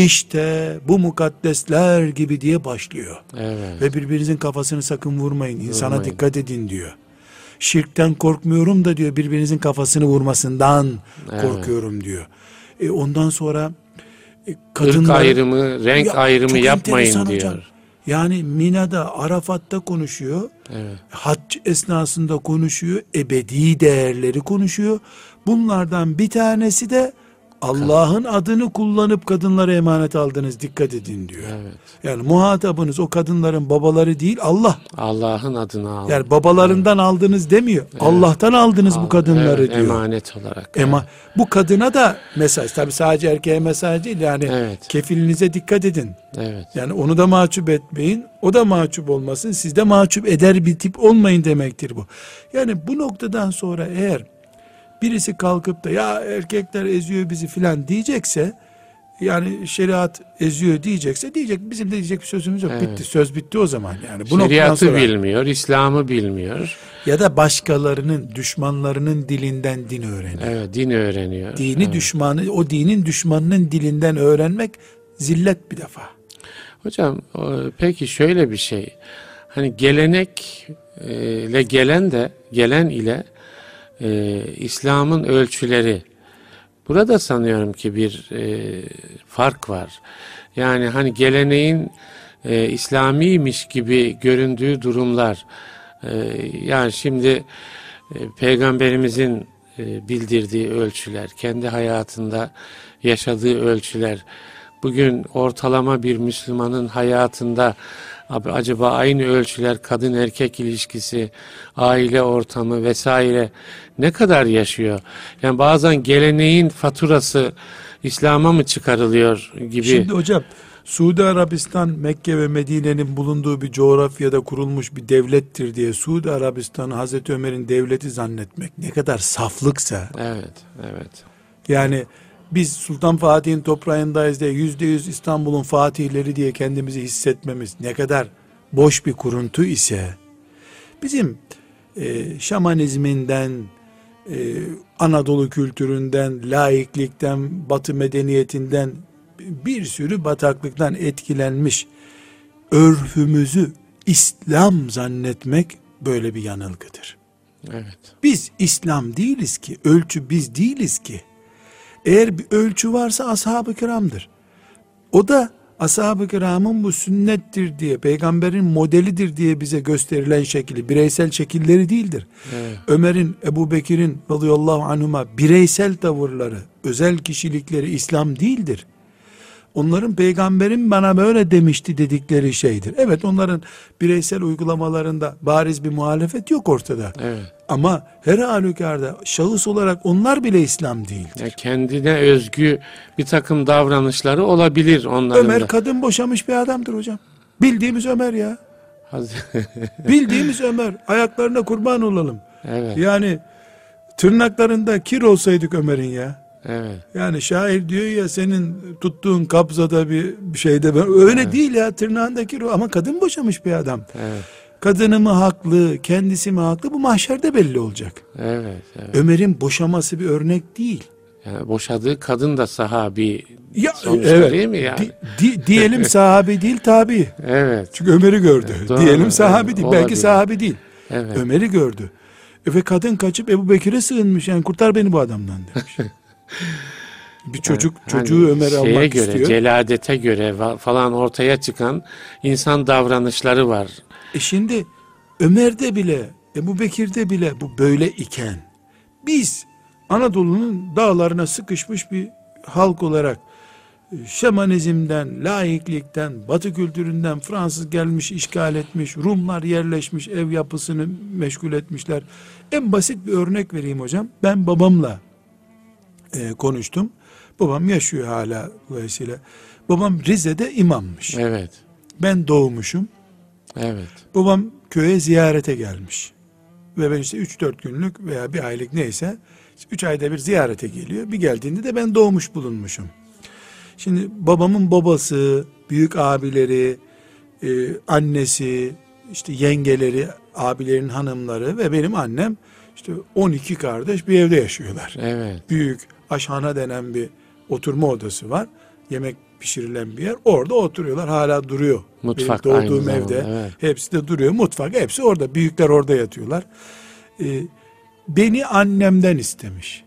İşte bu mukaddesler gibi diye başlıyor. Evet. Ve birbirinizin kafasını sakın vurmayın. İnsana Vurmayın. dikkat edin diyor. Şirkten korkmuyorum da diyor, birbirinizin kafasını vurmasından Evet. korkuyorum diyor. E ondan sonra e, Irk kadınlar ayrımı, renk Ya, ayrımı çok yapmayın enteresan diyor. hocam. Yani Mina'da, Arafat'ta konuşuyor. Evet. Hac esnasında konuşuyor. Ebedi değerleri konuşuyor. Bunlardan bir tanesi de Allah'ın adını kullanıp kadınlara emanet aldınız, dikkat edin diyor. Evet. Yani muhatabınız o kadınların babaları değil, Allah. Allah'ın adını al. Yani babalarından aldınız demiyor. Allah'tan aldınız bu Al- kadınları evet, diyor. emanet olarak. Ema, bu kadına da mesaj. Tabi sadece erkeğe mesaj değil. Yani Evet. kefilinize dikkat edin. Evet. Yani onu da mahcup etmeyin. O da mahcup olmasın. Siz de mahcup eder bir tip olmayın demektir bu. Yani bu noktadan sonra eğer birisi kalkıp da ya erkekler eziyor bizi filan diyecekse, yani şeriat eziyor diyecekse, diyecek bizim de diyecek bir sözümüz yok. Evet. Bitti. Söz bitti o zaman. Yani bu noktadan Şeriatı sonra bilmiyor, İslam'ı bilmiyor. ya da başkalarının, düşmanlarının dilinden din öğreniyor. Evet, din öğreniyor. Dini Evet. düşmanı, o dinin düşmanının dilinden öğrenmek zillet bir defa. Hocam o- peki şöyle bir şey. Hani gelenek e, ile gelen de gelen ile e, İslam'ın ölçüleri. Burada sanıyorum ki bir e, fark var. Yani hani geleneğin e, İslamiymiş gibi göründüğü durumlar. E, yani şimdi e, Peygamberimizin e, bildirdiği ölçüler, kendi hayatında yaşadığı ölçüler, bugün ortalama bir Müslümanın hayatında abi acaba aynı ölçüler, kadın erkek ilişkisi, aile ortamı vesaire ne kadar yaşıyor? Yani bazen geleneğin faturası İslam'a mı çıkarılıyor gibi. Şimdi hocam Suudi Arabistan Mekke ve Medine'nin bulunduğu bir coğrafyada kurulmuş bir devlettir diye Suudi Arabistan'ı Hazreti Ömer'in devleti zannetmek ne kadar saflıksa. Evet, evet. Yani biz Sultan Fatih'in toprağındayız diye yüzde yüz İstanbul'un fatihleri diye kendimizi hissetmemiz ne kadar boş bir kuruntu ise, bizim e, şamanizminden, e, Anadolu kültüründen, laiklikten, Batı medeniyetinden, bir sürü bataklıktan etkilenmiş örfümüzü İslam zannetmek böyle bir yanılgıdır. Evet. Biz İslam değiliz ki, ölçü biz değiliz ki. Eğer bir ölçü varsa ashab-ı kiramdır. O da ashab-ı kiramın bu sünnettir diye, peygamberin modelidir diye bize gösterilen şekli, bireysel şekilleri değildir. Evet. Ömer'in, Ebu Bekir'in radıyallahu anhuma bireysel tavırları, özel kişilikleri İslam değildir. Onların peygamberin bana böyle demişti dedikleri şeydir. Evet, onların bireysel uygulamalarında bariz bir muhalefet yok ortada. Evet. Ama her halükarda şahıs olarak onlar bile İslam değildir. Ya kendine özgü bir takım davranışları olabilir onların Ömer da. kadın boşamış bir adamdır hocam. Bildiğimiz Ömer ya. Bildiğimiz Ömer. Ayaklarına kurban olalım. Evet. Yani tırnaklarında kir olsaydık Ömer'in ya. Evet. Yani şair diyor ya, senin tuttuğun kabzada bir, bir şeyde ben öyle evet. değil ya, tırnağındaki ama kadın boşamış bir adam. Evet. Kadını mı haklı, kendisi mi haklı, bu mahşerde belli olacak. Evet, evet. Ömer'in boşaması bir örnek değil. Yani boşadığı kadın da sahabi ya, sonuçta evet. değil mi yani? Di, di, diyelim sahabi değil, tabi. Evet. Çünkü Ömer'i gördü. Evet, diyelim sahabi evet, değil, olabilir. Belki sahabi değil. Evet. Ömer'i gördü. Ve kadın kaçıp Ebu Bekir'e sığınmış, yani kurtar beni bu adamdan demiş. Bir çocuk yani, çocuğu hani Ömer almak göre, istiyor. Celadete göre falan ortaya çıkan insan davranışları var. E şimdi Ömer'de bile, Ebu Bekir'de bile bu böyle iken, biz Anadolu'nun dağlarına sıkışmış bir halk olarak şamanizmden, laiklikten, Batı kültüründen Fransız gelmiş, işgal etmiş, Rumlar yerleşmiş, ev yapısını meşgul etmişler. En basit bir örnek vereyim hocam. Ben babamla e, konuştum. Babam yaşıyor hala dolayısıyla. Babam Rize'de imammış. Evet. Ben doğmuşum. Evet. Babam köye ziyarete gelmiş. Ve ben işte üç dört günlük veya bir aylık neyse, üç ayda bir ziyarete geliyor. Bir geldiğinde de ben doğmuş bulunmuşum. Şimdi babamın babası, büyük abileri, e, annesi, işte yengeleri, abilerin hanımları ve benim annem, işte on iki kardeş bir evde yaşıyorlar. Evet. Büyük aşhana denen bir oturma odası var. Yemek pişirilen bir yer. Orada oturuyorlar. Hala duruyor. Mutfak benim aynı doğduğum zamanda, evde. evet. Hepsi de duruyor. Mutfak hepsi orada. Büyükler orada yatıyorlar. Ee, beni annemden istemiş.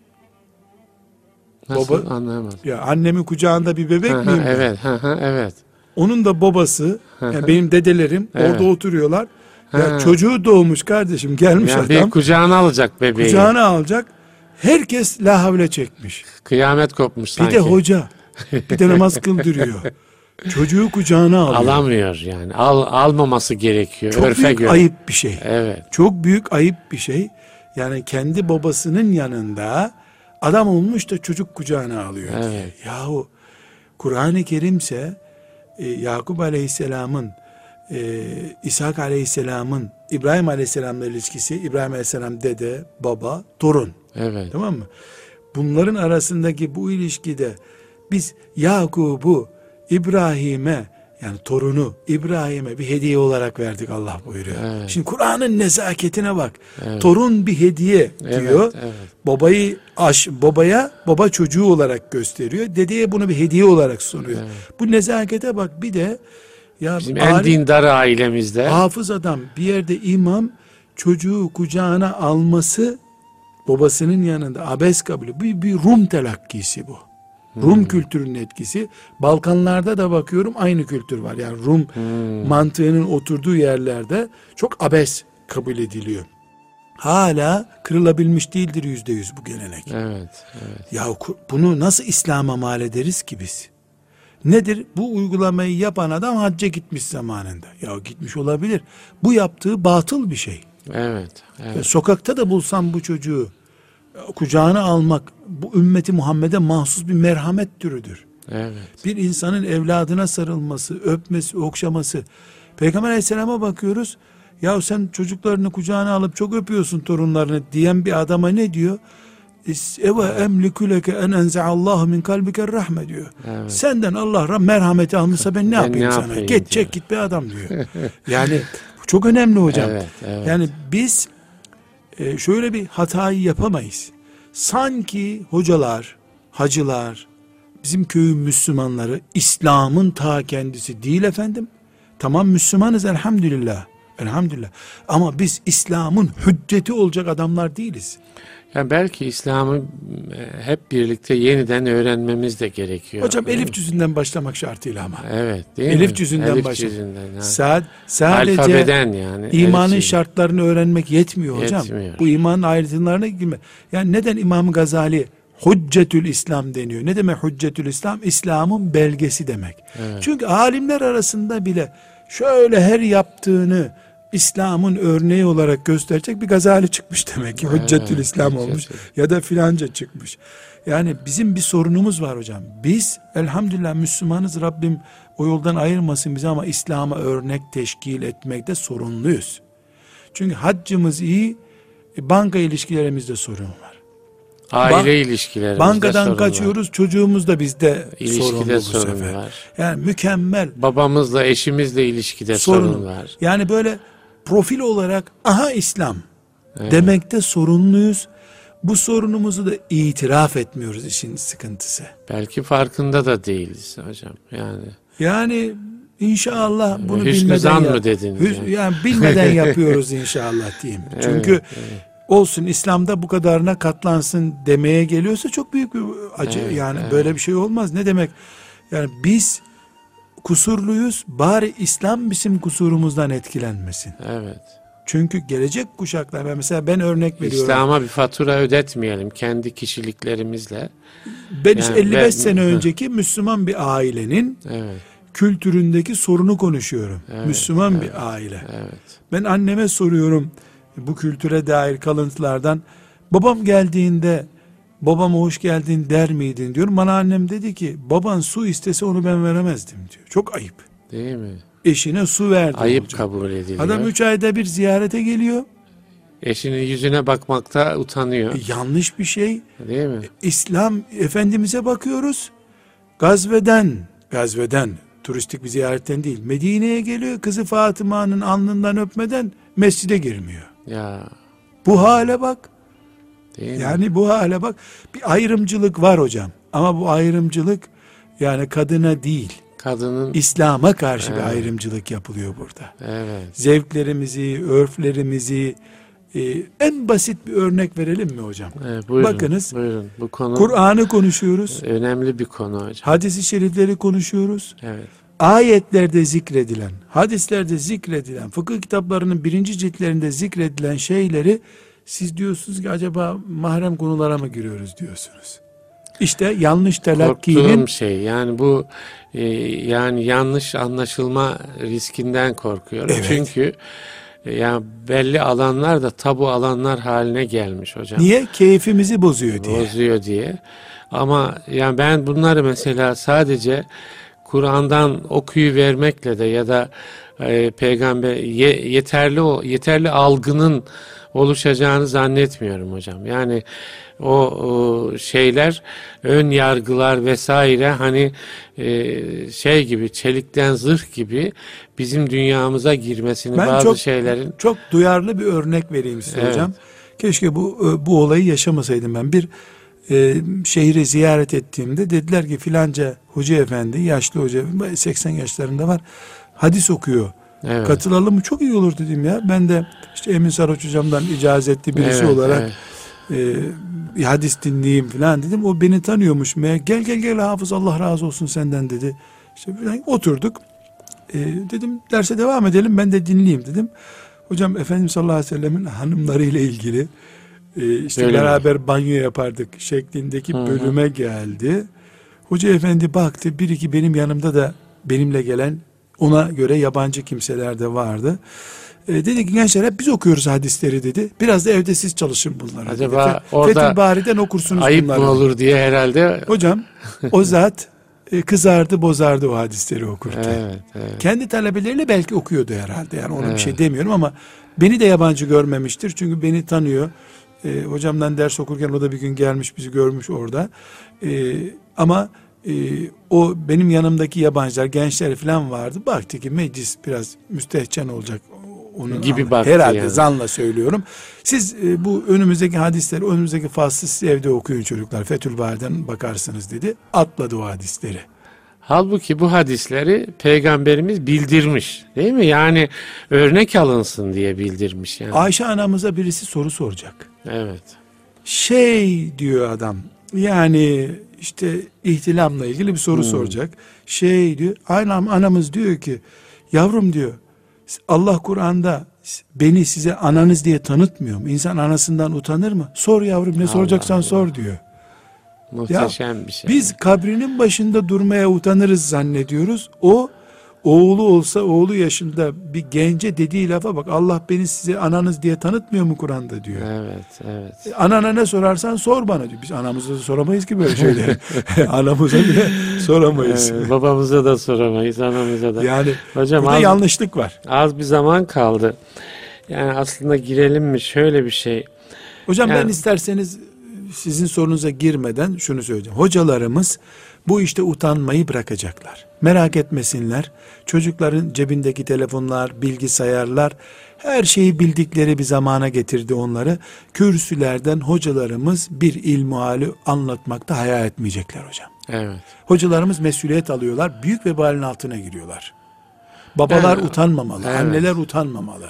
Nasıl? Baba, anlayamadım. Ya annemin kucağında bir bebek ha, miyim? Ha, evet, ha, ha, evet. Onun da babası, yani benim dedelerim evet. orada oturuyorlar. Ha. Ya çocuğu doğmuş kardeşim, gelmiş yani adam. Bir kucağına alacak bebeği. Kucağına alacak. Herkes la havle çekmiş. Kıyamet kopmuş sanki. Bir de hoca, bir de namaz kıldırıyor. Çocuğu kucağına alıyor. Alamıyor yani. Al, almaması gerekiyor. Çok Örfe büyük göre. ayıp bir şey. Evet. Çok büyük ayıp bir şey. Yani kendi babasının yanında adam olmuş da çocuk kucağına alıyor. Evet. Yahu Kur'an-ı Kerim'se e, Yakup Aleyhisselam'ın e, İshak Aleyhisselam'ın İbrahim Aleyhisselam'la ilişkisi, İbrahim Aleyhisselam dede, baba, torun. Evet. Tamam mı? Bunların arasındaki bu ilişkide biz Yakup'u İbrahim'e, yani torunu İbrahim'e bir hediye olarak verdik, Allah buyuruyor. Evet. Şimdi Kur'an'ın nezaketine bak. Evet. Torun bir hediye diyor. Evet, evet. Babayı aş, babaya baba çocuğu olarak gösteriyor. Dedeye bunu bir hediye olarak sunuyor. Evet. Bu nezakete bak. Bir de ya bizim en dindar ailemizde hafız adam bir yerde imam, çocuğu kucağına alması babasının yanında abes kabulü. Bir, bir Rum telakkisi bu. Rum hmm. kültürünün etkisi. Balkanlarda da bakıyorum aynı kültür var. Yani Rum hmm. mantığının oturduğu yerlerde çok abes kabul ediliyor. Hala kırılabilmiş değildir yüzde yüz bu gelenek. Evet, evet. Ya bunu nasıl İslam'a mal ederiz ki biz? Nedir? Bu uygulamayı yapan adam hacca gitmiş zamanında. Ya gitmiş olabilir. Bu yaptığı batıl bir şey. Evet. evet. Sokakta da bulsam bu çocuğu kucağına almak, bu ümmeti Muhammed'e mahsus bir merhamet türüdür. Evet. Bir insanın evladına sarılması, öpmesi, okşaması. Peygamber Aleyhisselam'a bakıyoruz. Ya sen çocuklarını kucağına alıp çok öpüyorsun torunlarını diyen bir adama ne diyor? Eve emliku leke en enze'allahu min kalbike rahme diyor. Evet. Senden Allah merhameti almışsa ben ne Ben yapayım ne sana? yapayım Geç diyor. çek git be adam diyor. Yani bu çok önemli hocam. Evet, evet. Yani biz e, şöyle bir hatayı yapamayız. Sanki hocalar, hacılar, bizim köyün Müslümanları İslam'ın ta kendisi değil efendim. Tamam Müslümanız elhamdülillah. Elhamdülillah. Ama biz İslam'ın hücceti olacak adamlar değiliz. Yani belki İslam'ı hep birlikte yeniden öğrenmemiz de gerekiyor. Hocam elif cüzünden başlamak şartıyla ama. Evet, değil elif mi? cüzünden Elif başlamak. cüzünden, ha. Sa- sadece Alfabeden yani. imanın elif şartlarını öğrenmek yetmiyor hocam. Yetmiyor. Bu imanın ayrıntılarına girme. Yani neden İmam Gazali Hüccetül İslam deniyor? Ne demek Hüccetül İslam? İslam'ın belgesi demek. Evet. Çünkü alimler arasında bile şöyle her yaptığını İslam'ın örneği olarak gösterecek bir Gazali çıkmış demek ki. Hüccetül Evet, İslam Hüccetül. olmuş ya da filanca çıkmış. Yani bizim bir sorunumuz var hocam. Biz elhamdülillah Müslümanız, Rabbim o yoldan ayırmasın bizi, ama İslam'a örnek teşkil etmekte sorumluyuz. Çünkü haccımız iyi, banka ilişkilerimizde sorun var. Aile Ban- ilişkilerimizde Bankadan sorun kaçıyoruz, çocuğumuz da bizde İlişkide sorunlu bu sorun sefer. var. Yani mükemmel Babamızla, eşimizle ilişkide sorun, sorun var. Yani böyle profil olarak aha İslam Evet. demekte sorunluyuz. Bu sorunumuzu da itiraf etmiyoruz, işin sıkıntısı. Belki farkında da değiliz hocam. Yani Yani inşallah bunu hüsnü bilmeden zan yap- mı dediniz Hüs- yani? yani bilmeden yapıyoruz inşallah diyeyim. Evet, Çünkü evet. olsun İslam'da bu kadarına katlansın demeye geliyorsa çok büyük bir acı. Evet, yani evet. böyle bir şey olmaz. Ne demek? Yani biz kusurluyuz. Bari İslam bizim kusurumuzdan etkilenmesin. Evet. Çünkü gelecek kuşaklar, ben mesela ben örnek veriyorum. İslam'a bir fatura ödetmeyelim kendi kişiliklerimizle. Ben işte Yani elli beş ben- sene önceki Müslüman bir ailenin Evet. kültüründeki sorunu konuşuyorum. Evet, Müslüman evet, bir aile. Evet. Ben anneme soruyorum bu kültüre dair kalıntılardan. Babam geldiğinde babama hoş geldin der miydin diyorum. Bana annem dedi ki baban su istese onu ben veremezdim diyor. Çok ayıp. Değil mi? Eşine su verdi. Ayıp hocam. kabul ediliyor. Adam üç ayda bir ziyarete geliyor. Eşinin yüzüne bakmakta utanıyor. E, yanlış bir şey. Değil mi? İslam Efendimiz'e bakıyoruz. Gazveden, gazveden, turistik bir ziyaretten değil. Medine'ye geliyor. Kızı Fatıma'nın alnından öpmeden mescide girmiyor. Ya. Bu hale bak. Değil mi? Yani bu hale bak. Bir ayrımcılık var hocam. Ama bu ayrımcılık yani kadına değil, Kadının İslam'a karşı Evet. bir ayrımcılık yapılıyor burada. evet. Zevklerimizi, örflerimizi, e, en basit bir örnek verelim mi hocam? Evet, buyurun, Bakınız, buyurun. Bu konu Kur'an'ı konuşuyoruz. önemli bir konu hocam. Hadis-i şerifleri konuşuyoruz. Evet. Ayetlerde zikredilen, hadislerde zikredilen, fıkıh kitaplarının birinci ciltlerinde zikredilen şeyleri siz diyorsunuz ki acaba mahrem konulara mı giriyoruz diyorsunuz. İşte yanlış telakkinin Korktuğum şey yani bu e, yani yanlış anlaşılma riskinden korkuyorum. Evet. Çünkü e, yani belli alanlar da tabu alanlar haline gelmiş hocam. niye? Keyfimizi bozuyor diye. Bozuyor diye. Ama yani ben bunları mesela sadece Kur'an'dan okuyu vermekle de ya da e, peygamber ye- yeterli o yeterli algının oluşacağını zannetmiyorum hocam. Yani o, o şeyler, ön yargılar vesaire hani e, şey gibi, çelikten zırh gibi bizim dünyamıza girmesini Ben bazı çok şeylerin çok duyarlı bir örnek vereyim size Evet. hocam. Keşke bu bu olayı yaşamasaydım ben. Bir e, şehri ziyaret ettiğimde dediler ki filanca hoca efendi, yaşlı hoca, seksen yaşlarında var, hadis okuyor. evet. Katılalım mı? Çok iyi olur dedim ya. Ben de işte Emin Sarhoç hocamdan icazetli birisi Evet, olarak evet. e, bir hadis dinleyeyim falan dedim. O beni tanıyormuş. Meğer gel gel gel hafız Allah razı olsun senden dedi. İşte falan oturduk. E, dedim derse devam edelim, ben de dinleyeyim dedim. Hocam Efendimiz sallallahu aleyhi ve sellemin hanımlarıyla ilgili e, işte Öyle beraber mi? banyo yapardık şeklindeki Hı hı. bölüme geldi. Hoca efendi baktı, bir iki benim yanımda da benimle gelen ona göre yabancı kimseler de vardı. E, dedi ki gençler hep biz okuyoruz hadisleri dedi. Biraz da evde siz çalışın bunları. Acaba dedi. orada Fethül Bari'den okursunuz ayıp bunları. mı olur diye herhalde Hocam o zat e, kızardı bozardı o hadisleri okurken. Evet, evet. Kendi talebeleriyle belki okuyordu herhalde. Yani ona Evet. bir şey demiyorum ama beni de yabancı görmemiştir. Çünkü beni tanıyor. E, hocamdan ders okurken o da bir gün gelmiş, bizi görmüş orada. E, ama e, o benim yanımdaki yabancılar, gençler falan vardı. Baktı ki meclis biraz müstehcen olacak. Onun Gibi anla- baktı herhalde yani. zanla söylüyorum. Siz e, bu önümüzdeki hadisleri, önümüzdeki faslı siz evde okuyun çocuklar. Fethül Bari'den bakarsınız dedi. Atladı o hadisleri. Halbuki bu hadisleri Peygamberimiz bildirmiş. Değil mi? Yani örnek alınsın diye bildirmiş yani. Ayşe anamıza birisi soru soracak. Evet. Şey diyor adam. Yani işte ihtilamla ilgili bir soru Hmm. soracak. Şey diyor. Anam, anamız diyor ki yavrum diyor, Allah Kur'an'da beni size ananız diye tanıtmıyor mu? İnsan anasından utanır mı? Sor yavrum, ne Allah soracaksan Allah. sor diyor. Muhteşem bir şey. Biz kabrinin başında durmaya utanırız zannediyoruz. O oğlu olsa oğlu yaşında bir gence dediği lafa bak, Allah beni size ananız diye tanıtmıyor mu Kur'an'da diyor. Evet, evet. E, Anana ne sorarsan sor bana diyor. Biz anamıza da soramayız ki böyle şeyleri. Anamıza bile soramayız. Evet, babamıza da soramayız, anamıza da. Yani Hocam burada az, yanlışlık var. az bir zaman kaldı. Yani aslında girelim mi şöyle bir şey. Hocam Yani- ben isterseniz sizin sorunuza girmeden şunu söyleyeceğim. Hocalarımız bu işte utanmayı bırakacaklar. Merak etmesinler. Çocukların cebindeki telefonlar, bilgisayarlar, her şeyi bildikleri bir zamana getirdi onları. Kürsülerden hocalarımız bir ilmuhali anlatmakta hayal etmeyecekler hocam. Evet. Hocalarımız mesuliyet alıyorlar. Büyük vebalin altına giriyorlar. Babalar Yani, utanmamalı. evet. Anneler utanmamalı.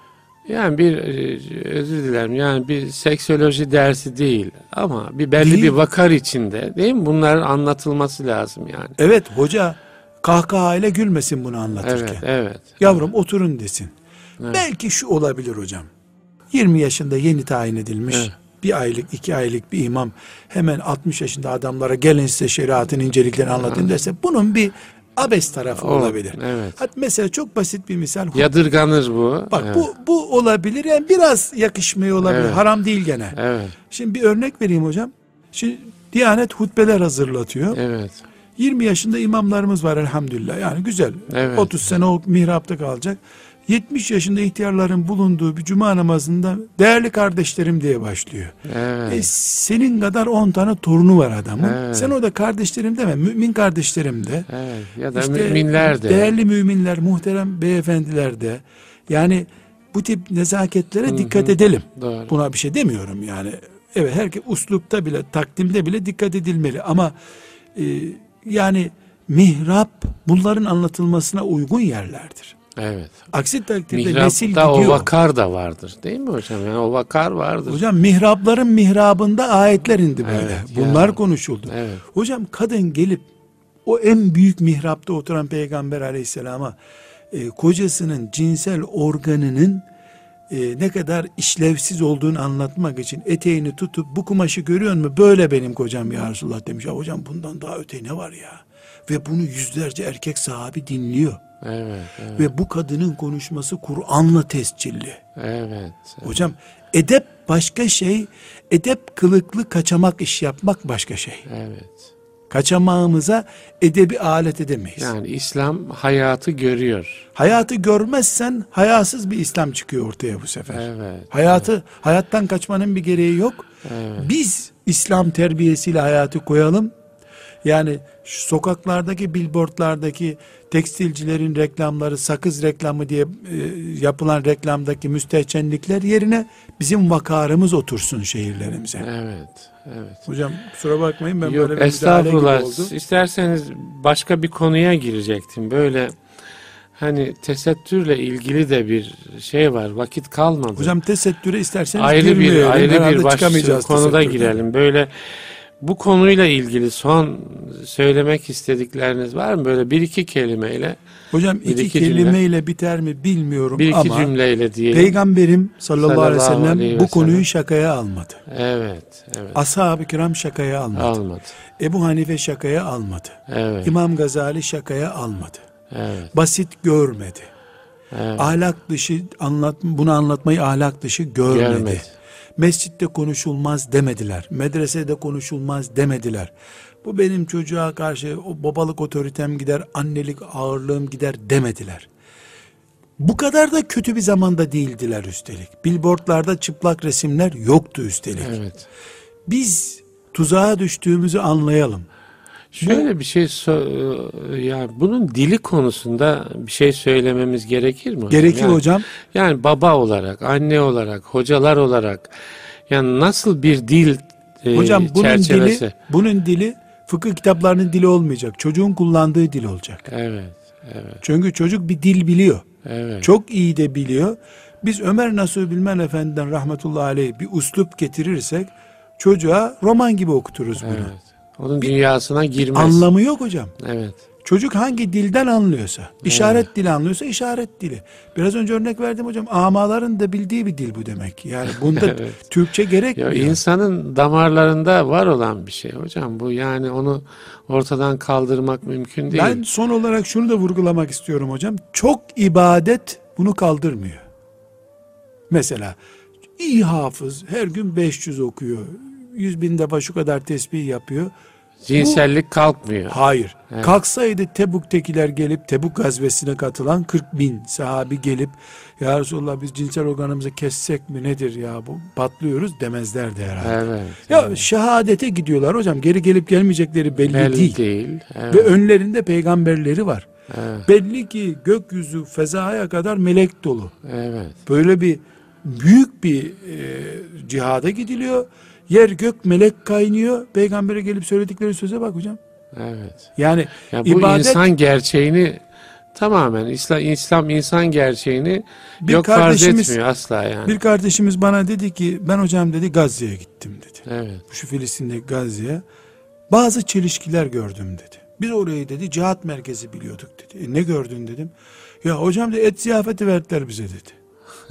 Yani bir e, özür dilerim yani bir seksoloji dersi değil ama bir belli Değil. bir vakar içinde değil mi? Bunların anlatılması lazım yani. Evet, hoca kahkahayla gülmesin bunu anlatırken. Evet, evet. Yavrum oturun desin. Evet. Belki şu olabilir hocam. yirmi yaşında yeni tayin edilmiş. Evet. Bir aylık, iki aylık bir imam hemen altmış yaşında adamlara gelin size şeriatın inceliklerini anlatayım derse bunun bir abes tarafı O, olabilir. evet. Hatta mesela çok basit bir misal. Yadırganır bu. Bak evet. bu bu olabilir. Yani biraz yakışmıyor olabilir. Evet. Haram değil gene. Evet, Şimdi bir örnek vereyim hocam. Şimdi Diyanet hutbeler hazırlatıyor. evet. yirmi yaşında imamlarımız var elhamdülillah. Yani güzel. Evet. otuz sene o mihrapta kalacak. yetmiş yaşında ihtiyarların bulunduğu bir cuma namazında değerli kardeşlerim diye başlıyor. Evet. E, senin kadar on tane torunu var adamın. Evet. Sen orada kardeşlerim deme. Mümin kardeşlerim de. Evet. Ya da İşte müminler de. Değerli müminler, muhterem beyefendiler de. Yani bu tip nezaketlere Hı hı. dikkat edelim. Doğru. Buna bir şey demiyorum yani. Evet, herkes uslupta bile, takdimde bile dikkat edilmeli ama e, yani mihrap bunların anlatılmasına uygun yerlerdir. Evet. Aksi takdirde nesil Mihrapta gidiyor. o vakar da vardır değil mi hocam? Yani o vakar vardır. Hocam mihrapların mihrabında ayetler indi böyle. Evet, Bunlar ya. konuşuldu. Evet. Hocam kadın gelip o en büyük mihrapta oturan Peygamber aleyhisselama e, kocasının cinsel organının e, ne kadar işlevsiz olduğunu anlatmak için eteğini tutup bu kumaşı görüyor musun? Böyle benim kocam ya Resulullah demiş. Ya hocam bundan daha öte ne var ya? Ve bunu yüzlerce erkek sahabi dinliyor. Evet, evet, Ve bu kadının konuşması Kur'an'la tescilli. evet, evet. Hocam edep başka şey, edep kılıklı kaçamak iş yapmak başka şey. Evet. Kaçamağımıza edebi alet edemeyiz. Yani İslam hayatı görüyor. Hayatı görmezsen hayasız bir İslam çıkıyor ortaya bu sefer. Evet. Hayatı, hayattan kaçmanın bir gereği yok. Evet. Biz İslam terbiyesiyle hayatı koyalım. Yani şu sokaklardaki billboardlardaki tekstilcilerin reklamları, sakız reklamı diye e, yapılan reklamdaki müstehcenlikler yerine bizim vakarımız otursun şehirlerimize. Evet. Evet. Hocam kusura bakmayın ben Yok böyle bir müdahale gibi estağfurullah. oldu. İsterseniz başka bir konuya girecektim. Böyle hani tesettürle ilgili de bir şey var. Vakit kalmadı. Hocam tesettüre isterseniz ayrı bir girmeyelim. ayrı Herhalde bir başka çıkamayacağız konuda tesettürden. girelim. Böyle bu konuyla ilgili son söylemek istedikleriniz var mı? Böyle bir iki kelimeyle, Hocam Bir iki iki cümle. kelimeyle biter mi bilmiyorum bir iki ama cümleyle diyelim. Peygamberim sallallahu, aleyhi ve Sallallahu sellem aleyhi ve bu konuyu sellem. şakaya almadı. Evet, evet. Ashab-ı kiram şakaya almadı. Almadı. Ebu Hanife şakaya almadı. Evet, İmam Gazali şakaya almadı. evet, Basit görmedi. evet. Ahlak dışı anlat, bunu anlatmayı ahlak dışı görmedi. Görmedi. Mescitte konuşulmaz demediler. Medresede konuşulmaz demediler. Bu benim çocuğa karşı o babalık otoritem gider, annelik ağırlığım gider demediler. Bu kadar da kötü bir zamanda değildiler üstelik. Billboardlarda çıplak resimler yoktu üstelik. Evet. Biz tuzağa düştüğümüzü anlayalım. Şöyle bir şey so- ya bunun dili konusunda bir şey söylememiz gerekir mi? Gerekir yani, hocam. Yani baba olarak, anne olarak, hocalar olarak yani nasıl bir dil e, Hocam bunun çerçevesi? dili, bunun dili fıkıh kitaplarının dili olmayacak. Çocuğun kullandığı dil olacak. Evet, evet. Çünkü çocuk bir dil biliyor. Evet. Çok iyi de biliyor. Biz Ömer Nasuh Bilmen Efendi'den rahmetullahi aleyh bir uslup getirirsek çocuğa roman gibi okuturuz bunu. Evet. Onun dünyasına girmez. Anlamı yok hocam. Evet. Çocuk hangi dilden anlıyorsa, işaret evet. dili anlıyorsa işaret dili. Biraz önce örnek verdim hocam. Amaların da bildiği bir dil bu demek. Yani bunda evet. Türkçe gerekmiyor. Ya insanın damarlarında var olan bir şey hocam. Bu yani onu ortadan kaldırmak mümkün değil. Ben son olarak şunu da vurgulamak istiyorum hocam. Çok ibadet bunu kaldırmıyor. Mesela iyi hafız, her gün beş yüz okuyor. Yüz bin defa şu kadar tesbih yapıyor. Cinsellik Bu, kalkmıyor. hayır. Evet. Kalksaydı Tebuk'tekiler gelip Tebuk gazvesine katılan kırk bin sahabi gelip ya Resulallah biz cinsel organımızı kessek mi nedir ya bu patlıyoruz demezlerdi herhalde. Evet, ya evet. Şehadete gidiyorlar hocam. Geri gelip gelmeyecekleri belli, belli değil. değil. Evet. Ve önlerinde peygamberleri var. Evet. Belli ki gökyüzü fezaya kadar melek dolu. Evet. Böyle bir büyük bir e, cihada gidiliyor. Yer gök melek kaynıyor. Peygamber'e gelip söyledikleri söze bak hocam. Evet. Yani, yani bu ibadet, insan gerçeğini tamamen İslam, İslam insan gerçeğini yok farz etmiyor asla yani. Bir kardeşimiz bana dedi ki ben hocam dedi Gazze'ye gittim dedi. Evet. Şu Filistin'deki Gazze'ye bazı çelişkiler gördüm dedi. Biz orayı dedi cihat merkezi biliyorduk dedi. E, ne gördün dedim. Ya hocam da et ziyafeti verdiler bize dedi.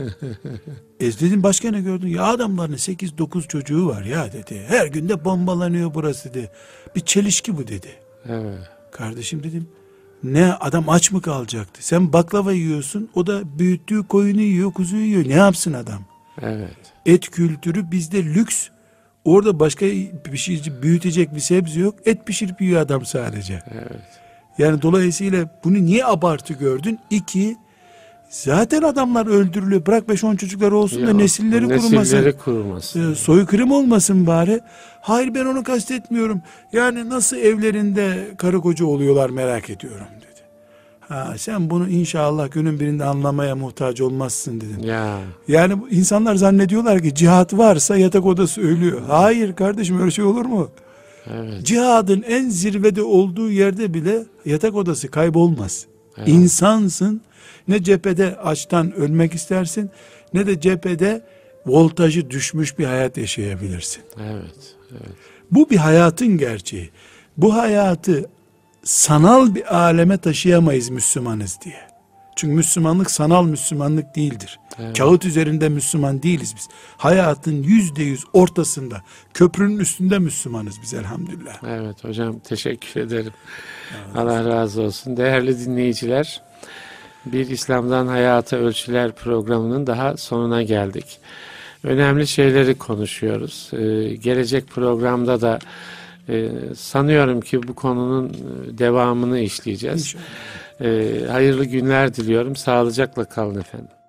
e dedim başka ne gördün? Ya adamların sekiz dokuz çocuğu var ya dedi. Her günde bombalanıyor burası dedi. Bir çelişki bu dedi. Evet. Kardeşim dedim. Ne adam aç mı kalacaktı? Sen baklava yiyorsun. O da büyüttüğü koyunu yiyor, kuzu yiyor. Ne yapsın adam? Evet. Et kültürü bizde lüks. Orada başka bir şey büyütecek bir sebze yok. Et pişirip yiyor adam sadece. Evet. Yani dolayısıyla bunu niye abartı gördün? İki, zaten adamlar öldürülüyor. Bırak beş on çocuklar olsun ya, da nesilleri, nesilleri kurmasın. kurmasın. Ee, soykırım olmasın bari. Hayır ben onu kastetmiyorum. Yani nasıl evlerinde karı koca oluyorlar merak ediyorum dedi. Ha, sen bunu inşallah günün birinde anlamaya muhtaç olmazsın dedim. Ya. Yani insanlar zannediyorlar ki cihat varsa yatak odası ölüyor. Hayır kardeşim öyle şey olur mu? Evet. Cihadın en zirvede olduğu yerde bile yatak odası kaybolmaz. Evet. İnsansın. Ne cephede açtan ölmek istersin ne de cephede voltajı düşmüş bir hayat yaşayabilirsin. Evet. Evet. Bu bir hayatın gerçeği. Bu hayatı sanal bir aleme taşıyamayız Müslümanız diye. Çünkü Müslümanlık sanal Müslümanlık değildir. Evet. Kağıt üzerinde Müslüman değiliz biz. Hayatın yüzde yüz ortasında, köprünün üstünde Müslümanız biz elhamdülillah. Evet hocam teşekkür ederim. Evet. Allah razı olsun. Değerli dinleyiciler, Bir İslam'dan Hayata Ölçüler programının daha sonuna geldik. Önemli şeyleri konuşuyoruz. Ee, gelecek programda da e, sanıyorum ki bu konunun devamını işleyeceğiz. Ee, hayırlı günler diliyorum. Sağlıcakla kalın efendim.